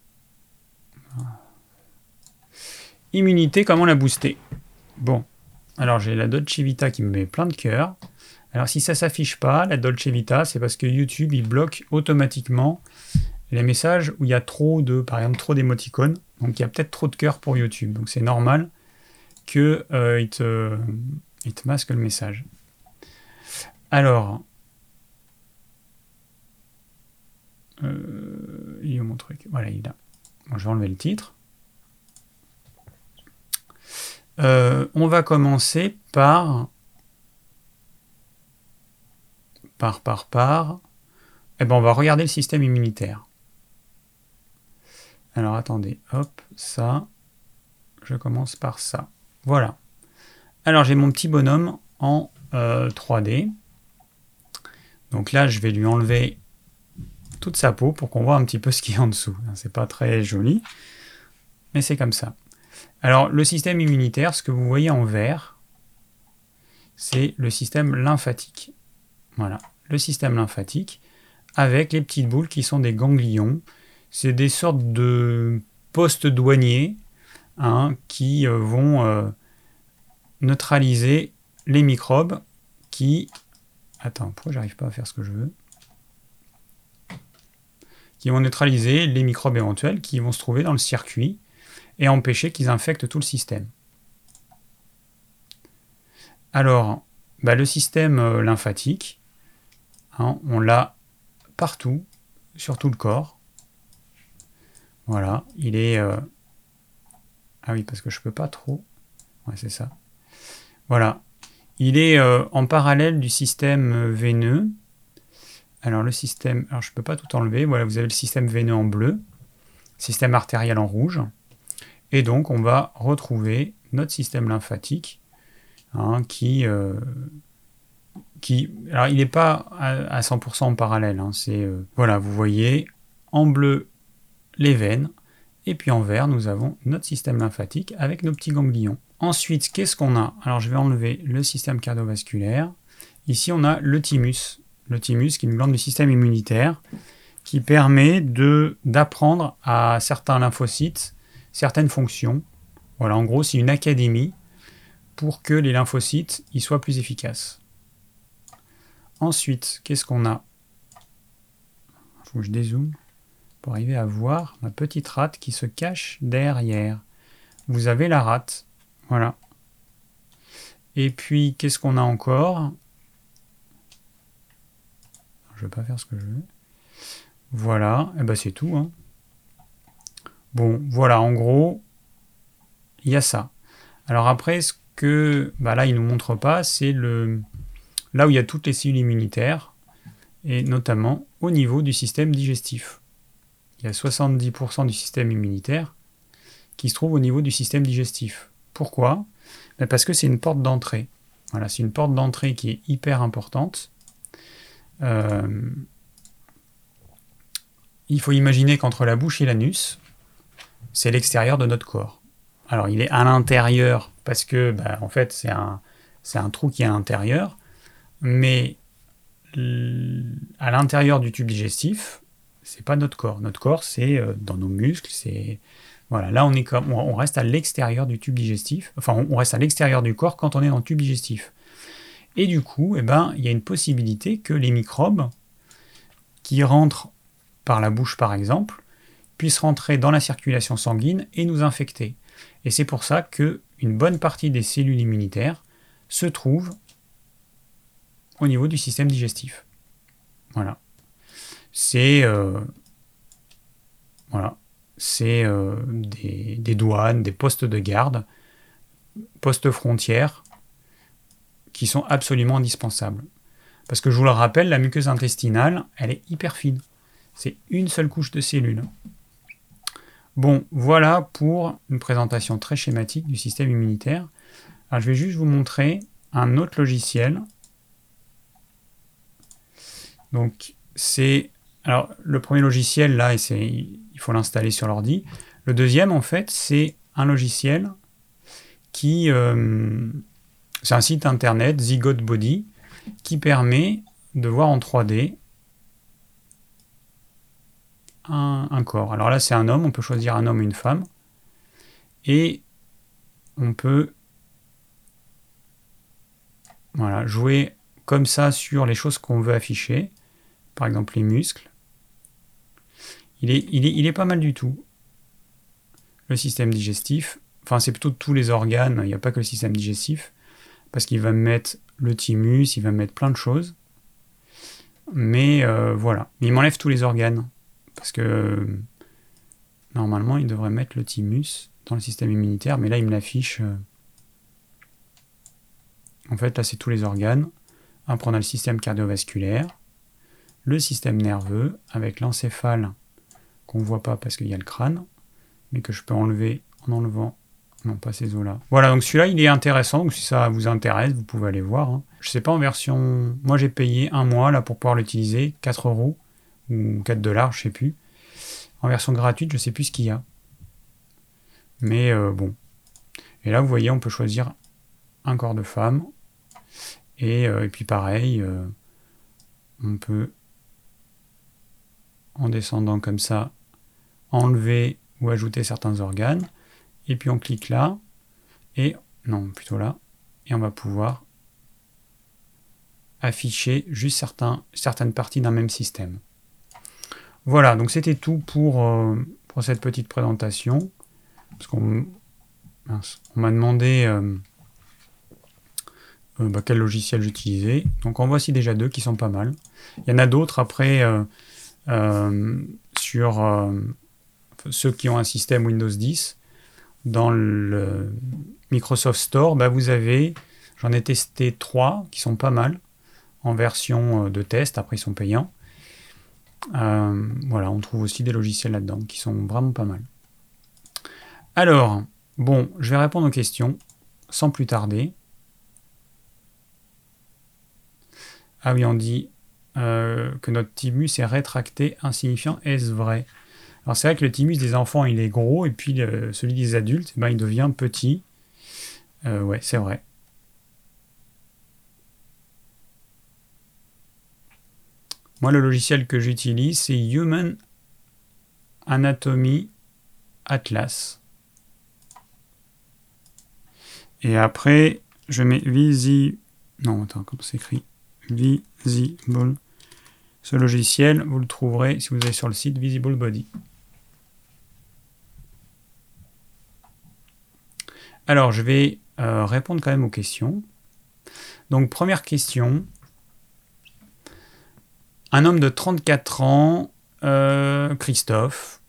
Speaker 1: Immunité, comment la booster? Bon, alors j'ai la Dolce Vita qui me met plein de cœur. Alors si ça s'affiche pas, la Dolce Vita, c'est parce que YouTube, il bloque automatiquement les messages où il y a trop de, par exemple, trop d'émoticônes. Donc il y a peut-être trop de cœur pour YouTube. Donc c'est normal qu'il euh, te, il te masque le message. Alors, euh, il est où mon truc? Voilà, il est là. Bon, je vais enlever le titre. Euh, on va commencer par... Par, par, par... Eh ben, on va regarder le système immunitaire. Alors, attendez. Hop, ça. Je commence par ça. Voilà. Alors, j'ai mon petit bonhomme en euh, trois D. Donc là, je vais lui enlever toute sa peau pour qu'on voit un petit peu ce qu'il y a en dessous. C'est pas très joli, mais c'est comme ça. Alors, le système immunitaire, ce que vous voyez en vert, c'est le système lymphatique. Voilà, le système lymphatique, avec les petites boules qui sont des ganglions. C'est des sortes de postes douaniers hein, qui euh, vont euh, neutraliser les microbes qui... Attends, pourquoi j'arrive pas à faire ce que je veux? Qui vont neutraliser les microbes éventuels qui vont se trouver dans le circuit. et empêcher qu'ils infectent tout le système. Alors, bah, le système euh, lymphatique, hein, on l'a partout, sur tout le corps. Voilà, il est... Euh... Ah oui, parce que je peux pas trop... Ouais, c'est ça. Voilà, il est euh, en parallèle du système veineux. Alors le système... Alors je peux pas tout enlever. Voilà, vous avez le système veineux en bleu, système artériel en rouge. Et donc, on va retrouver notre système lymphatique, hein, qui... Euh... Qui, alors il n'est pas à cent pour cent en parallèle, hein, c'est, euh, voilà, vous voyez, en bleu, les veines, et puis en vert, nous avons notre système lymphatique avec nos petits ganglions. Ensuite, qu'est-ce qu'on a? Alors je vais enlever le système cardiovasculaire. Ici, on a le thymus. Le thymus, qui est une glande du système immunitaire, qui permet de, d'apprendre à certains lymphocytes certaines fonctions. Voilà, en gros, c'est une académie pour que les lymphocytes y soient plus efficaces. Ensuite, qu'est-ce qu'on a? Il faut que je dézoome pour arriver à voir ma petite rate qui se cache derrière. Vous avez la rate. Voilà. Et puis, qu'est-ce qu'on a encore? Je ne vais pas faire ce que je veux. Voilà. Et ben c'est tout. Hein. Bon, voilà. En gros, il y a ça. Alors après, ce que... Bah là, il ne nous montre pas, c'est le... là où il y a toutes les cellules immunitaires, et notamment au niveau du système digestif. Il y a soixante-dix pour cent du système immunitaire qui se trouve au niveau du système digestif. Pourquoi? Ben parce que c'est une porte d'entrée. Voilà, c'est une porte d'entrée qui est hyper importante. Euh, il faut imaginer qu'entre la bouche et l'anus, c'est l'extérieur de notre corps. Alors, il est à l'intérieur parce que, ben, en fait, c'est un, c'est un trou qui est à l'intérieur, mais à l'intérieur du tube digestif, c'est pas notre corps. Notre corps, c'est dans nos muscles, c'est... Voilà, là, on, est comme, on reste à l'extérieur du tube digestif. Enfin, on reste à l'extérieur du corps quand on est dans le tube digestif. Et du coup, eh ben, il y a une possibilité que les microbes qui rentrent par la bouche, par exemple, puissent rentrer dans la circulation sanguine et nous infecter. Et c'est pour ça qu'une bonne partie des cellules immunitaires se trouvent au niveau du système digestif. Voilà. C'est euh, voilà. C'est euh, des, des douanes, des postes de garde, postes frontières, qui sont absolument indispensables. Parce que je vous le rappelle, la muqueuse intestinale, elle est hyper fine. C'est une seule couche de cellules. Bon, voilà pour une présentation très schématique du système immunitaire. Alors, je vais juste vous montrer un autre logiciel. Donc, c'est... Alors, le premier logiciel, là, c'est, il faut l'installer sur l'ordi. Le deuxième, en fait, c'est un logiciel qui... Euh, c'est un site internet, Zygote Body, qui permet de voir en trois D un, un corps. Alors là, c'est un homme, on peut choisir un homme ou une femme. Et on peut voilà, jouer comme ça sur les choses qu'on veut afficher. Par exemple, les muscles. Il est, il est, il est pas mal du tout. Le système digestif, enfin c'est plutôt tous les organes, il n'y a pas que le système digestif, parce qu'il va me mettre le thymus, il va me mettre plein de choses. Mais euh, voilà, il m'enlève tous les organes, parce que euh, normalement il devrait mettre le thymus dans le système immunitaire, mais là il me l'affiche. Euh, en fait là c'est tous les organes. Après on a le système cardiovasculaire, le système nerveux, avec l'encéphale, qu'on ne voit pas parce qu'il y a le crâne, mais que je peux enlever en enlevant, non pas ces os-là. Voilà, donc celui-là, il est intéressant, donc si ça vous intéresse, vous pouvez aller voir. Hein. Je ne sais pas en version... Moi, j'ai payé un mois là pour pouvoir l'utiliser, quatre euros, ou quatre dollars, je ne sais plus. En version gratuite, je ne sais plus ce qu'il y a. Mais euh, bon. Et là, vous voyez, on peut choisir un corps de femme. Et, euh, et puis pareil, euh, on peut, en descendant comme ça, enlever ou ajouter certains organes, et puis on clique là, et non, plutôt là, et on va pouvoir afficher juste certains, certaines parties d'un même système. Voilà, donc c'était tout pour, euh, pour cette petite présentation. parce qu'on mince, on m'a demandé euh, euh, bah, quel logiciel j'utilisais. Donc en voici déjà deux qui sont pas mal. Il y en a d'autres après euh, euh, sur euh, ceux qui ont un système Windows dix. Dans le Microsoft Store, bah, vous avez, j'en ai testé trois qui sont pas mal en version de test. Après ils sont payants. Euh, voilà, on trouve aussi des logiciels là-dedans qui sont vraiment pas mal. Alors, bon, je vais répondre aux questions sans plus tarder. Ah oui, on dit euh, que notre thymus est rétracté, insignifiant. Est-ce vrai? Alors c'est vrai que le thymus des enfants, il est gros, et puis le, celui des adultes, eh ben, il devient petit. Euh, ouais, c'est vrai. Moi, le logiciel que j'utilise, c'est Human Anatomy Atlas. Et après, je mets Visi... Non, attends, comment c'est écrit? Visible. Ce logiciel, vous le trouverez si vous allez sur le site Visible Body. Alors, je vais euh, répondre quand même aux questions. Donc, première question. Un homme de trente-quatre ans, euh, Christophe.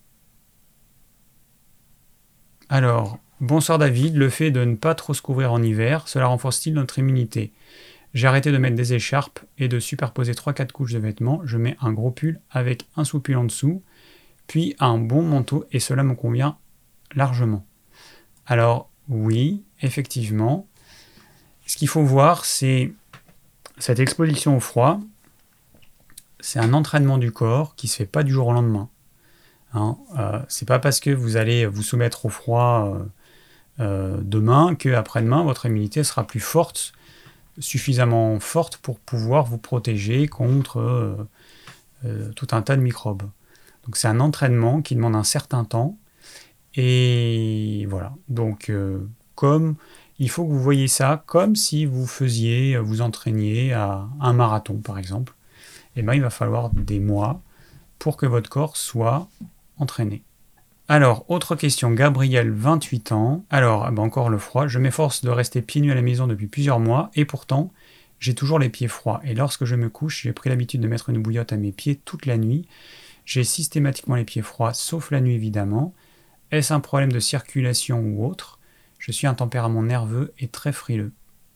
Speaker 1: Alors, bonsoir David, le fait de ne pas trop se couvrir en hiver, cela renforce-t-il notre immunité? J'ai arrêté de mettre des écharpes et de superposer trois quatre couches de vêtements. Je mets un gros pull avec un sous-pull en dessous, puis un bon manteau, et cela me convient largement. Alors, oui, effectivement. Ce qu'il faut voir, c'est cette exposition au froid. C'est un entraînement du corps qui ne se fait pas du jour au lendemain. Hein, euh, c'est pas parce que vous allez vous soumettre au froid euh, euh, demain qu'après-demain, votre immunité sera plus forte, suffisamment forte pour pouvoir vous protéger contre euh, euh, tout un tas de microbes. Donc c'est un entraînement qui demande un certain temps. Et voilà. Donc euh, comme il faut que vous voyez ça comme si vous faisiez, vous entraîniez à un marathon par exemple. Et ben il va falloir des mois pour que votre corps soit entraîné. Alors, autre question, Gabriel, vingt-huit ans. Alors, ben encore le froid. Je m'efforce de rester pieds nus à la maison depuis plusieurs mois et pourtant, j'ai toujours les pieds froids. Et lorsque je me couche, j'ai pris l'habitude de mettre une bouillotte à mes pieds toute la nuit. J'ai systématiquement les pieds froids, sauf la nuit évidemment. Est-ce un problème de circulation ou autre? Je suis un tempérament nerveux et très frileux.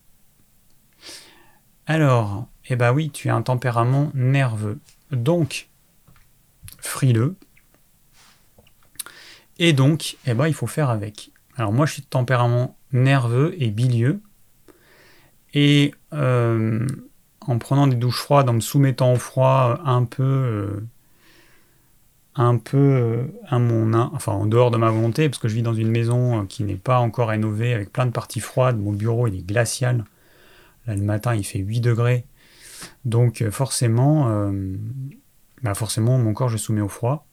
Speaker 1: Alors, eh ben oui, tu as un tempérament nerveux. Donc, frileux. Et donc, eh ben, il faut faire avec. Alors moi, je suis de tempérament nerveux et bilieux. Et euh, en prenant des douches froides, en me soumettant au froid un peu, euh, un peu euh, à mon, enfin en dehors de ma volonté, parce que je vis dans une maison qui n'est pas encore rénovée, avec plein de parties froides. Mon bureau, il est glacial. Là, le matin, il fait huit degrés. Donc forcément, euh, bah forcément, mon corps, je soumets au froid.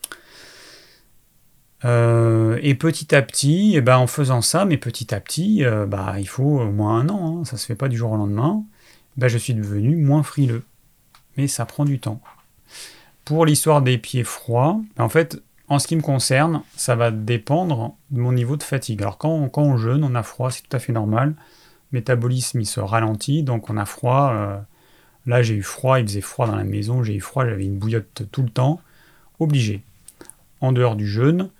Speaker 1: Euh, et petit à petit, et ben en faisant ça, mais petit à petit, euh, bah, il faut au moins un an, hein, ça se fait pas du jour au lendemain, ben, je suis devenu moins frileux. Mais ça prend du temps. Pour l'histoire des pieds froids, ben, en fait, en ce qui me concerne, ça va dépendre de mon niveau de fatigue. Alors quand, quand on jeûne, on a froid, c'est tout à fait normal. Le métabolisme, il se ralentit, donc on a froid. Euh, là, j'ai eu froid, il faisait froid dans la maison, j'ai eu froid, j'avais une bouillotte tout le temps. Obligé. En dehors du jeûne,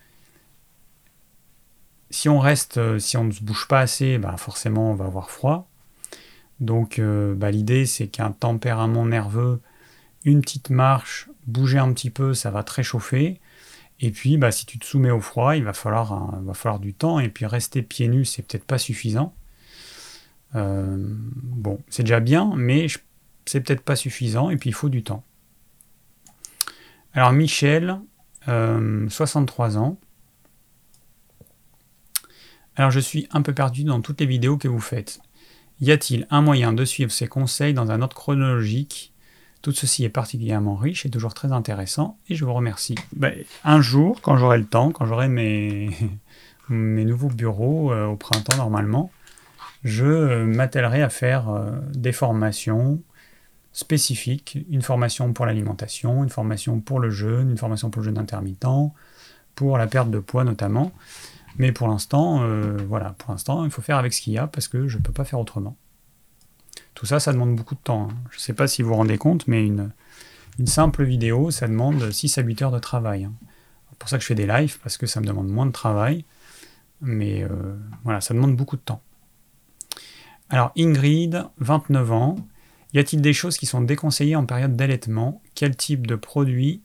Speaker 1: si on reste, si on ne se bouge pas assez, bah forcément on va avoir froid. Donc euh, bah l'idée c'est qu'un tempérament nerveux, une petite marche, bouger un petit peu, ça va te réchauffer. Et puis bah, si tu te soumets au froid, il va falloir, un, va falloir du temps. Et puis rester pieds nus, c'est peut-être pas suffisant. Euh, bon, c'est déjà bien, mais je, c'est peut-être pas suffisant. Et puis il faut du temps. Alors Michel, euh, soixante-trois ans. Alors je suis un peu perdu dans toutes les vidéos que vous faites. Y a-t-il un moyen de suivre ces conseils dans un ordre chronologique? Tout ceci est particulièrement riche et toujours très intéressant et je vous remercie. Ben, un jour, quand j'aurai le temps, quand j'aurai mes, mes nouveaux bureaux euh, au printemps normalement, je euh, m'attellerai à faire euh, des formations spécifiques. Une formation pour l'alimentation, une formation pour le jeûne, une formation pour le jeûne intermittent, pour la perte de poids notamment. Mais pour l'instant, euh, voilà, pour l'instant, il faut faire avec ce qu'il y a parce que je ne peux pas faire autrement. Tout ça, ça demande beaucoup de temps. Hein. Je ne sais pas si vous vous rendez compte, mais une, une simple vidéo, ça demande six à huit heures de travail. Hein. C'est pour ça que je fais des lives, parce que ça me demande moins de travail. Mais euh, voilà, ça demande beaucoup de temps. Alors, Ingrid, vingt-neuf ans. Y a-t-il des choses qui sont déconseillées en période d'allaitement? Quel type de produits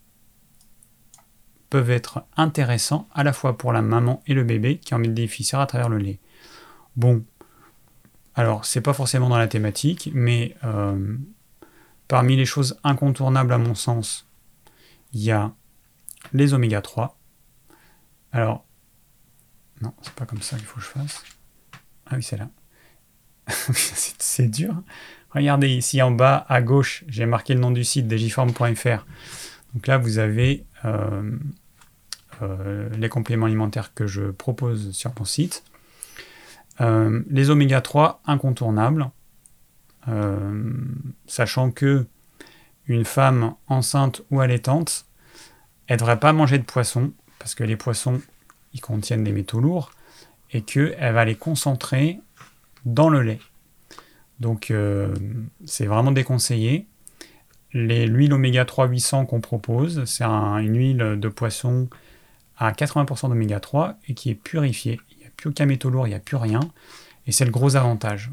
Speaker 1: peuvent être intéressants à la fois pour la maman et le bébé qui en bénéficiera à travers le lait? Bon, alors c'est pas forcément dans la thématique, mais euh, parmi les choses incontournables à mon sens, il y a les oméga trois. Alors, non, c'est pas comme ça qu'il faut que je fasse. Ah oui, c'est là. c'est, c'est dur. Regardez ici en bas à gauche, j'ai marqué le nom du site digiform point f r. Donc là, vous avez euh, euh, les compléments alimentaires que je propose sur mon site. Euh, les oméga trois incontournables, euh, sachant que une femme enceinte ou allaitante, elle ne devrait pas manger de poisson, parce que les poissons, ils contiennent des métaux lourds, et qu'elle va les concentrer dans le lait. Donc euh, c'est vraiment déconseillé. Les, l'huile oméga trois huit cents qu'on propose, c'est un, une huile de poisson à quatre-vingts pour cent d'oméga trois et qui est purifiée. Il n'y a plus aucun métaux lourd, il n'y a plus rien. Et c'est le gros avantage.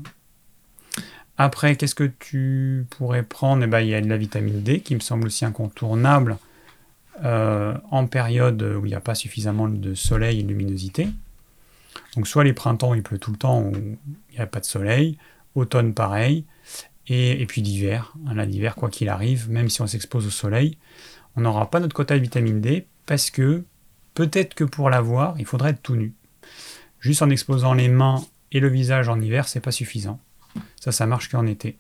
Speaker 1: Après, qu'est-ce que tu pourrais prendre? Eh ben, il y a de la vitamine D qui me semble aussi incontournable euh, en période où il n'y a pas suffisamment de soleil et de luminosité. Donc soit les printemps, il pleut tout le temps, où il n'y a pas de soleil. Automne, pareil. Et, et puis l'hiver. Hein, là, l'hiver, quoi qu'il arrive, même si on s'expose au soleil, on n'aura pas notre quota de vitamine D parce que peut-être que pour l'avoir, il faudrait être tout nu. Juste en exposant les mains et le visage en hiver, c'est pas suffisant. Ça, ça marche qu'en été.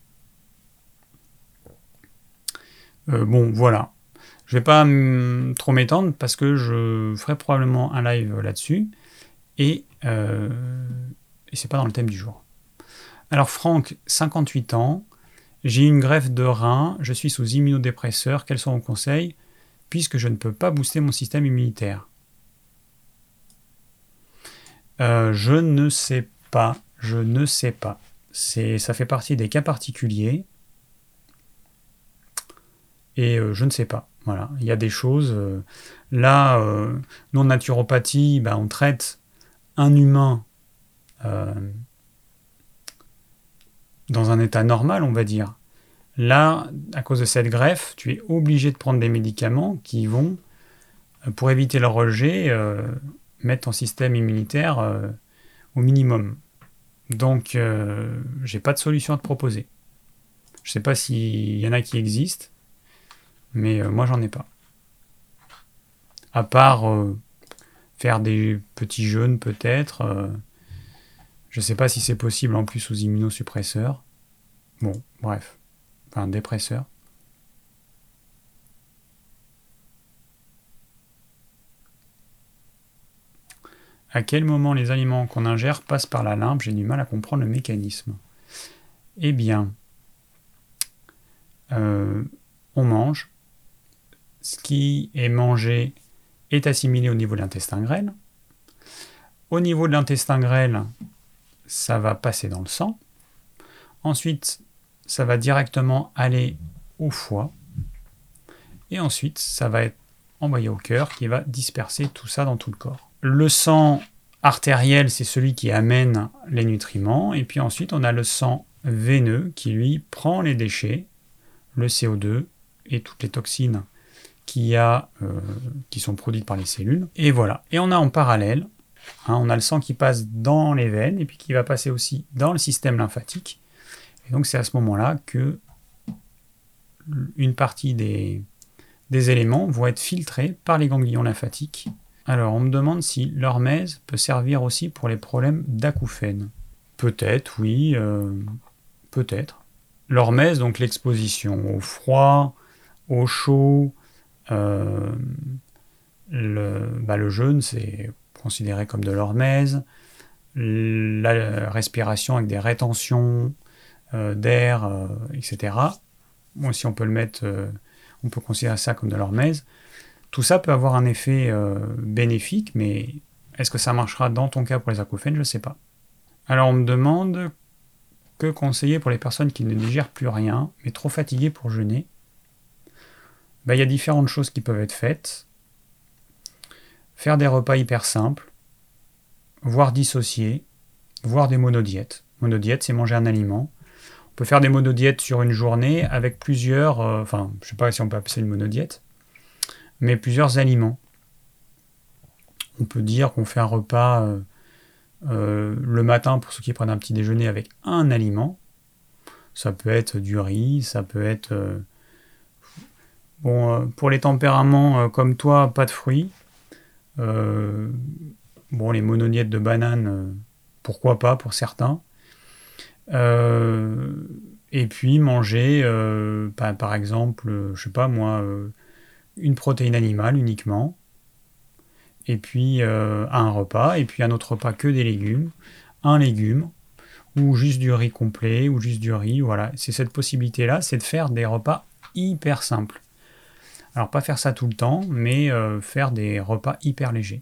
Speaker 1: Euh, bon, voilà. Je vais pas m- trop m'étendre parce que je ferai probablement un live là-dessus. Et, euh, et c'est pas dans le thème du jour. Alors Franck, cinquante-huit ans, j'ai eu une greffe de rein, je suis sous immunodépresseur, quels sont vos conseils puisque je ne peux pas booster mon système immunitaire? euh, Je ne sais pas, je ne sais pas. C'est, ça fait partie des cas particuliers et euh, je ne sais pas. Voilà, il y a des choses. Euh, là, euh, nous en naturopathie, bah, on traite un humain euh, dans un état normal, on va dire. Là, à cause de cette greffe, tu es obligé de prendre des médicaments qui vont, pour éviter le rejet, euh, mettre ton système immunitaire euh, au minimum. Donc, euh, j'ai pas de solution à te proposer. Je sais pas s'il y en a qui existent, mais euh, moi, j'en ai pas. À part euh, faire des petits jeûnes, peut-être. Euh, je sais pas si c'est possible en plus aux immunosuppresseurs. Bon, bref. Enfin, dépresseur. À quel moment les aliments qu'on ingère passent par la lymphe? J'ai du mal à comprendre le mécanisme. Eh bien, euh, on mange. Ce qui est mangé est assimilé au niveau de l'intestin grêle. Au niveau de l'intestin grêle, ça va passer dans le sang. Ensuite, ça va directement aller au foie. Et ensuite, ça va être envoyé au cœur qui va disperser tout ça dans tout le corps. Le sang artériel, c'est celui qui amène les nutriments. Et puis ensuite, on a le sang veineux qui, lui, prend les déchets, le C O deux et toutes les toxines qui, a, euh, qui sont produites par les cellules. Et voilà. Et on a en parallèle, hein, on a le sang qui passe dans les veines et puis qui va passer aussi dans le système lymphatique. Et donc, c'est à ce moment-là que une partie des, des éléments vont être filtrés par les ganglions lymphatiques. Alors, on me demande si l'hormèse peut servir aussi pour les problèmes d'acouphènes. Peut-être, oui, euh, peut-être. L'hormèse, donc l'exposition au froid, au chaud, euh, le, bah, le jeûne, c'est considéré comme de l'hormèse. La respiration avec des rétentions euh, d'air, euh, et cetera. Bon, si on peut le mettre, euh, on peut considérer ça comme de l'hormèse. Tout ça peut avoir un effet euh, bénéfique, mais Est-ce que ça marchera dans ton cas pour les acouphènes? Je ne sais pas. Alors on me demande que conseiller pour les personnes qui ne digèrent plus rien, mais trop fatiguées pour jeûner. Ben, il y a différentes choses qui peuvent être faites. Faire des repas hyper simples, voire dissociés, voire des monodiètes. Monodiète, c'est manger un aliment. On peut faire des monodiètes sur une journée avec plusieurs, euh, enfin, je ne sais pas si on peut appeler ça une monodiète, mais plusieurs aliments. On peut dire qu'on fait un repas euh, euh, le matin pour ceux qui prennent un petit déjeuner avec un aliment. Ça peut être du riz, ça peut être... Euh, bon, euh, pour les tempéraments euh, comme toi, pas de fruits. Euh, bon, les monodiètes de bananes, euh, pourquoi pas pour certains. Euh, et puis manger, euh, par, par exemple, euh, je sais pas moi, euh, une protéine animale uniquement. Et puis euh, un repas, et puis un autre repas que des légumes, un légume, ou juste du riz complet, ou juste du riz, voilà. C'est cette possibilité-là, c'est de faire des repas hyper simples. Alors pas faire ça tout le temps, mais euh, faire des repas hyper légers.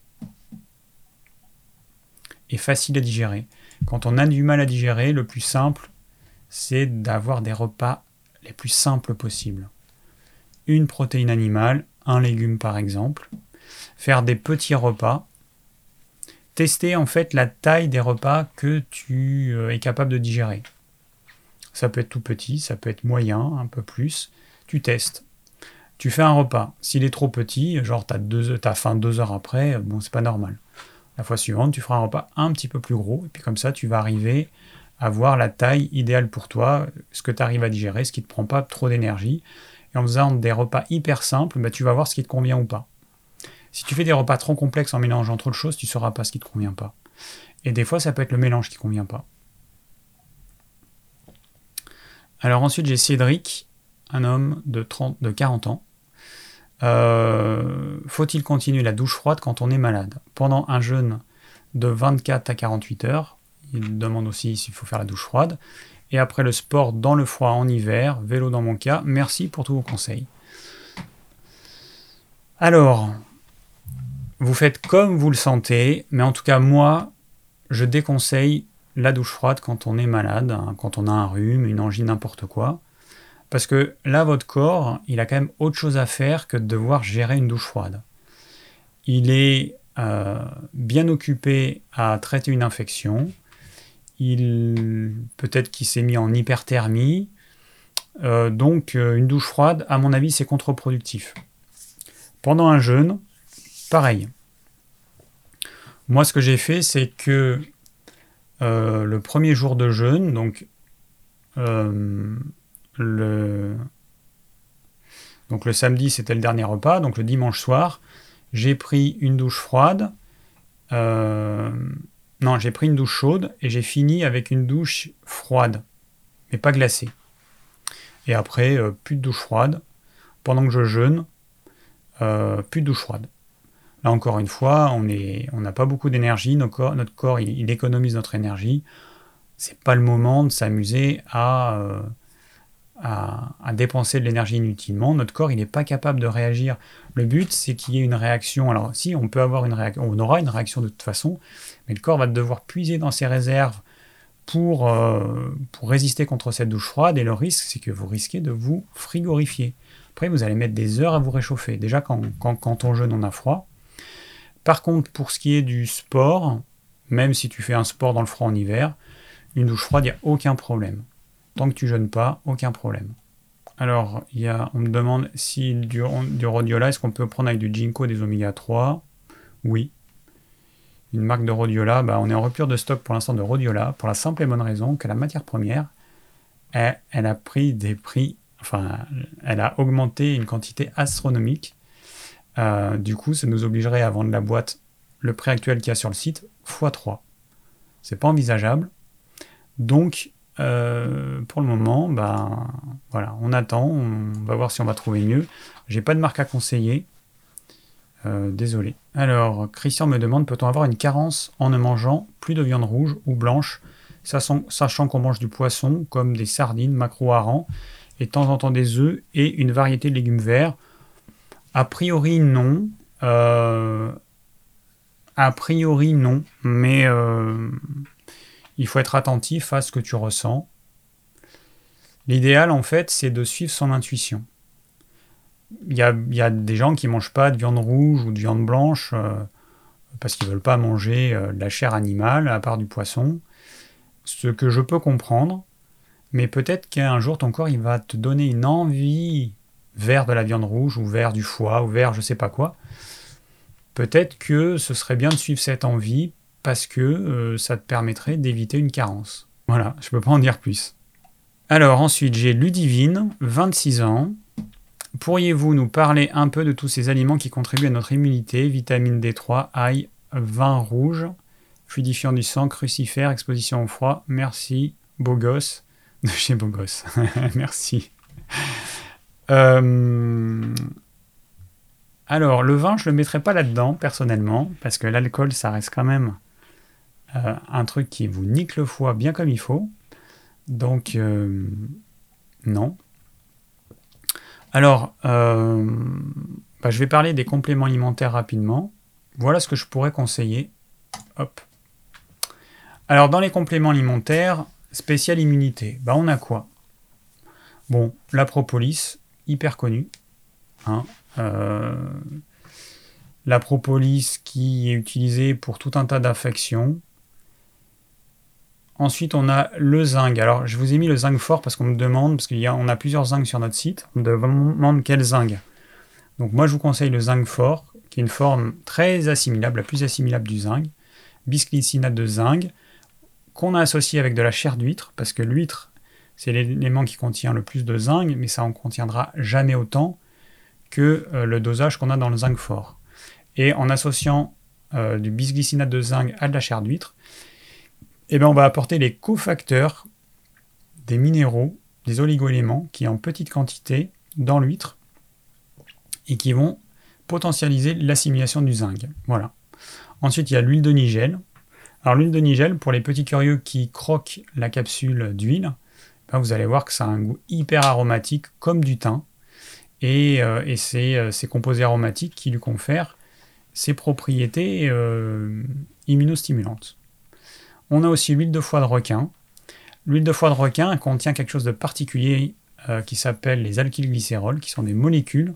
Speaker 1: Et facile à digérer. Quand on a du mal à digérer, le plus simple, c'est d'avoir des repas les plus simples possibles. Une protéine animale, un légume par exemple. Faire des petits repas. Tester en fait la taille des repas que tu es capable de digérer. Ça peut être tout petit, ça peut être moyen, un peu plus. Tu testes. Tu fais un repas. S'il est trop petit, genre t'as, deux, t'as faim deux heures après, bon c'est pas normal. La fois suivante, tu feras un repas un petit peu plus gros, et puis comme ça, tu vas arriver à voir la taille idéale pour toi, ce que tu arrives à digérer, ce qui ne te prend pas trop d'énergie. Et en faisant des repas hyper simples, bah, tu vas voir ce qui te convient ou pas. Si tu fais des repas trop complexes en mélangeant trop de choses, tu ne sauras pas ce qui ne te convient pas. Et des fois, ça peut être le mélange qui ne convient pas. Alors ensuite, j'ai Cédric, un homme de, trente, de quarante ans. Euh, faut-il continuer la douche froide quand on est malade? Pendant un jeûne de vingt-quatre à quarante-huit heures, il demande aussi s'il faut faire la douche froide. Et après le sport dans le froid en hiver, vélo dans mon cas, merci pour tous vos conseils. Alors, vous faites comme vous le sentez, mais en tout cas moi, je déconseille la douche froide quand on est malade, hein, quand on a un rhume, une angine, n'importe quoi. Parce que là, votre corps, il a quand même autre chose à faire que de devoir gérer une douche froide. Il est euh, bien occupé à traiter une infection. Il, peut-être qu'il s'est mis en hyperthermie. Euh, donc, euh, une douche froide, à mon avis, c'est contre-productif. Pendant un jeûne, pareil. Moi, ce que j'ai fait, c'est que euh, le premier jour de jeûne, donc... Euh, Le... Donc le samedi, c'était le dernier repas. Donc le dimanche soir, j'ai pris une douche froide. Euh... Non, j'ai pris une douche chaude et j'ai fini avec une douche froide, mais pas glacée. Et après, euh, plus de douche froide. Pendant que je jeûne, euh, plus de douche froide. Là encore une fois, on est, on n'a pas beaucoup d'énergie. Notre corps, notre corps il, il économise notre énergie. C'est pas le moment de s'amuser à... Euh, À, à dépenser de l'énergie inutilement. Notre corps, il n'est pas capable de réagir. Le but, c'est qu'il y ait une réaction. Alors, si, on peut avoir une réaction, on aura une réaction de toute façon, mais le corps va devoir puiser dans ses réserves pour, euh, pour résister contre cette douche froide, et le risque, c'est que vous risquez de vous frigorifier. Après, vous allez mettre des heures à vous réchauffer. Déjà, quand, quand, quand on jeûne, on a froid. Par contre, pour ce qui est du sport, même si tu fais un sport dans le froid en hiver, une douche froide, il n'y a aucun problème. Tant que tu jeûnes pas, aucun problème. Alors, y a, on me demande si du, du rhodiola, est-ce qu'on peut prendre avec du ginkgo des oméga trois? Oui. Une marque de rhodiola, bah, on est en rupture de stock pour l'instant de rhodiola, pour la simple et bonne raison que la matière première, elle, elle a pris des prix, enfin, elle a augmenté une quantité astronomique. Euh, du coup, ça nous obligerait à vendre la boîte, le prix actuel qu'il y a sur le site, fois trois. C'est pas envisageable. Donc, Euh, pour le moment, bah, voilà, on attend, on va voir si on va trouver mieux. J'ai pas de marque à conseiller. Euh, désolé. Alors, Christian me demande, peut-on avoir une carence en ne mangeant plus de viande rouge ou blanche, sachant qu'on mange du poisson comme des sardines, maquereaux, harengs, et de temps en temps des œufs et une variété de légumes verts? A priori, non. Euh, A priori, non, mais euh, il faut être attentif à ce que tu ressens. L'idéal, en fait, c'est de suivre son intuition. Il y a, il y a des gens qui ne mangent pas de viande rouge ou de viande blanche euh, parce qu'ils ne veulent pas manger euh, de la chair animale, à part du poisson. Ce que je peux comprendre, mais peut-être qu'un jour, ton corps il va te donner une envie vers de la viande rouge ou vers du foie ou vers je ne sais pas quoi. Peut-être que ce serait bien de suivre cette envie parce que euh, ça te permettrait d'éviter une carence. Voilà, je ne peux pas en dire plus. Alors ensuite, j'ai Ludivine, vingt-six ans. Pourriez-vous nous parler un peu de tous ces aliments qui contribuent à notre immunité? Vitamine D trois, ail, vin rouge, fluidifiant du sang, crucifère, exposition au froid. Merci, beau gosse. De chez beau gosse. Merci. Euh... Alors, le vin, je ne le mettrais pas là-dedans, personnellement, parce que l'alcool, ça reste quand même euh, un truc qui vous nique le foie bien comme il faut. Donc, euh, non. Alors, euh, bah, je vais parler des compléments alimentaires rapidement. Voilà ce que je pourrais conseiller. Hop. Alors, dans les compléments alimentaires, spécial immunité, bah, on a quoi? Bon, la propolis, hyper connue. Hein, euh, la propolis qui est utilisée pour tout un tas d'affections. Ensuite, on a le zinc. Alors, je vous ai mis le zinc fort parce qu'on me demande, parce qu'on a, a plusieurs zincs sur notre site, on me demande quel zinc. Donc moi, je vous conseille le zinc fort, qui est une forme très assimilable, la plus assimilable du zinc. Bisglycinate de zinc, qu'on a associé avec de la chair d'huître, parce que l'huître, c'est l'élément qui contient le plus de zinc, mais ça en contiendra jamais autant que euh, le dosage qu'on a dans le zinc fort. Et en associant euh, du bisglycinate de zinc à de la chair d'huître, eh bien, on va apporter les cofacteurs des minéraux, des oligoéléments qui en petite quantité dans l'huître et qui vont potentialiser l'assimilation du zinc. Voilà. Ensuite, il y a l'huile de nigel. Alors l'huile de nigel, pour les petits curieux qui croquent la capsule d'huile, ben, vous allez voir que ça a un goût hyper aromatique comme du thym. Et, euh, et c'est euh, ces composés aromatiques qui lui confèrent ces propriétés euh, immunostimulantes. On a aussi l'huile de foie de requin. L'huile de foie de requin contient quelque chose de particulier euh, qui s'appelle les alkylglycérols, qui sont des molécules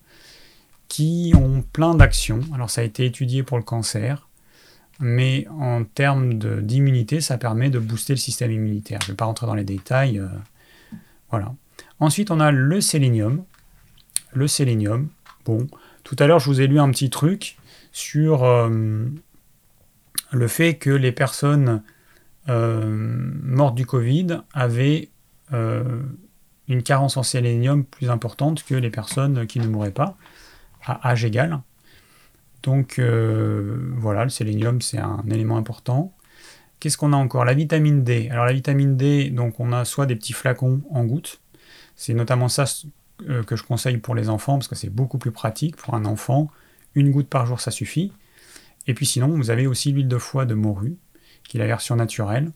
Speaker 1: qui ont plein d'actions. Alors ça a été étudié pour le cancer, mais en termes de, d'immunité, ça permet de booster le système immunitaire. Je ne vais pas rentrer dans les détails. Euh, voilà. Ensuite, on a le sélénium. Le sélénium, bon, tout à l'heure, je vous ai lu un petit truc sur euh, le fait que les personnes Euh, mortes du Covid avaient euh, une carence en sélénium plus importante que les personnes qui ne mouraient pas, à âge égal. Donc euh, voilà, le sélénium, c'est un élément important. Qu'est-ce qu'on a encore? La vitamine D. Alors la vitamine D, donc on a soit des petits flacons en gouttes, c'est notamment ça euh, que je conseille pour les enfants, parce que c'est beaucoup plus pratique pour un enfant. Une goutte par jour, ça suffit. Et puis sinon, vous avez aussi l'huile de foie de morue, qui est la version naturelle,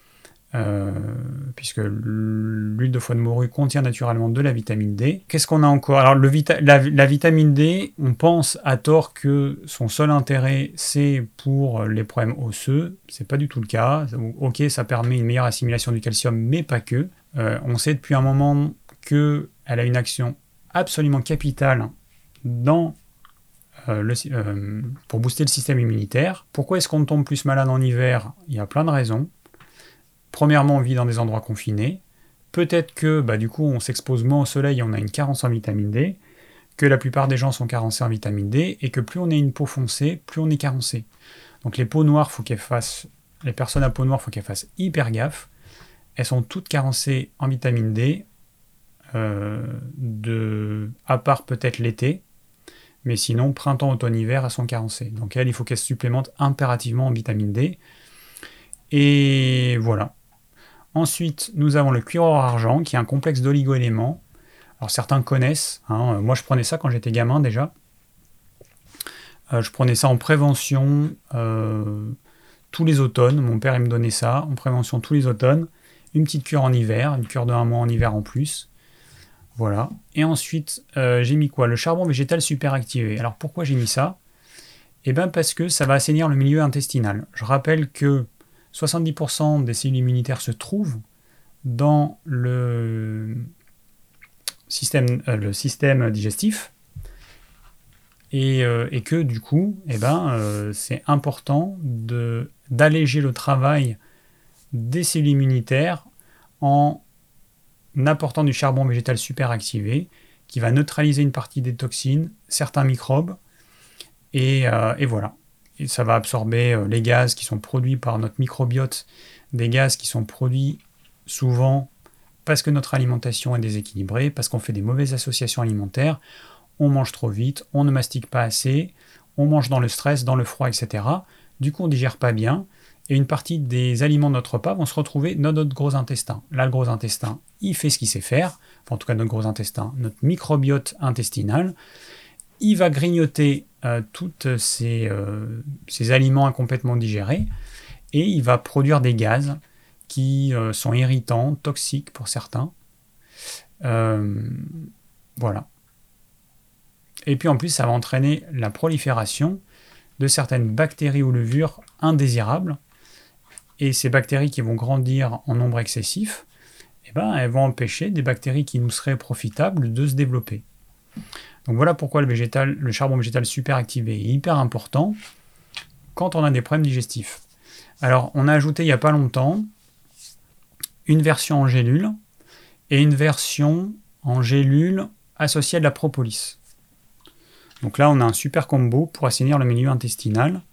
Speaker 1: euh, puisque l'huile de foie de morue contient naturellement de la vitamine D. Qu'est-ce qu'on a encore? Alors le vita- la, la vitamine D, on pense à tort que son seul intérêt, c'est pour les problèmes osseux. C'est pas du tout le cas. Ok, ça permet une meilleure assimilation du calcium, mais pas que. Euh, on sait depuis un moment qu'elle a une action absolument capitale dans Euh, le, euh, pour booster le système immunitaire. Pourquoi est-ce qu'on tombe plus malade en hiver? Il y a plein de raisons. Premièrement, on vit dans des endroits confinés. Peut-être que bah, du coup on s'expose moins au soleil et on a une carence en vitamine D, que la plupart des gens sont carencés en vitamine D, et que plus on a une peau foncée, plus on est carencé. Donc les peaux noires, faut qu'elles fassent, les personnes à peau noire, faut qu'elles fassent hyper gaffe. Elles sont toutes carencées en vitamine D, euh, de, à part peut-être l'été. Mais sinon, printemps, automne, hiver, elles sont carencées. Donc elles, il faut qu'elles se supplémentent impérativement en vitamine D. Et voilà. Ensuite, nous avons le cuir or argent, qui est un complexe d'oligo-éléments. Alors certains connaissent. Hein, moi, je prenais ça quand j'étais gamin déjà. Euh, je prenais ça en prévention euh, tous les automnes. Mon père, il me donnait ça en prévention tous les automnes. Une petite cure en hiver, une cure de un mois en hiver en plus. Voilà. Et ensuite, euh, j'ai mis quoi? Le charbon végétal super activé. Alors pourquoi j'ai mis ça? Eh bien parce que ça va assainir le milieu intestinal. Je rappelle que soixante-dix pour cent des cellules immunitaires se trouvent dans le système, euh, le système digestif, et, euh, et que du coup, eh ben, euh, c'est important de, d'alléger le travail des cellules immunitaires en apportant du charbon végétal superactivé qui va neutraliser une partie des toxines, certains microbes, et, euh, et voilà. Et ça va absorber euh, les gaz qui sont produits par notre microbiote, des gaz qui sont produits souvent parce que notre alimentation est déséquilibrée, parce qu'on fait des mauvaises associations alimentaires, on mange trop vite, on ne mastique pas assez, on mange dans le stress, dans le froid, et cetera. Du coup, on ne digère pas bien, et une partie des aliments de notre repas vont se retrouver dans notre gros intestin. Là, le gros intestin, il fait ce qu'il sait faire, enfin, en tout cas notre gros intestin, notre microbiote intestinal, il va grignoter euh, tous ces, euh, ces aliments incomplètement digérés, et il va produire des gaz qui euh, sont irritants, toxiques pour certains. Euh, voilà. Et puis en plus, ça va entraîner la prolifération de certaines bactéries ou levures indésirables. Et ces bactéries qui vont grandir en nombre excessif, eh ben, elles vont empêcher des bactéries qui nous seraient profitables de se développer. Donc voilà pourquoi le, végétal, le charbon végétal superactivé est hyper important quand on a des problèmes digestifs. Alors, on a ajouté il n'y a pas longtemps une version en gélule et une version en gélule associée à de la propolis. Donc là, on a un super combo pour assainir le milieu intestinal.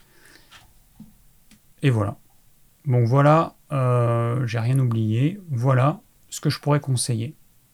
Speaker 1: Et voilà. Donc voilà, euh, j'ai rien oublié. Voilà ce que je pourrais conseiller.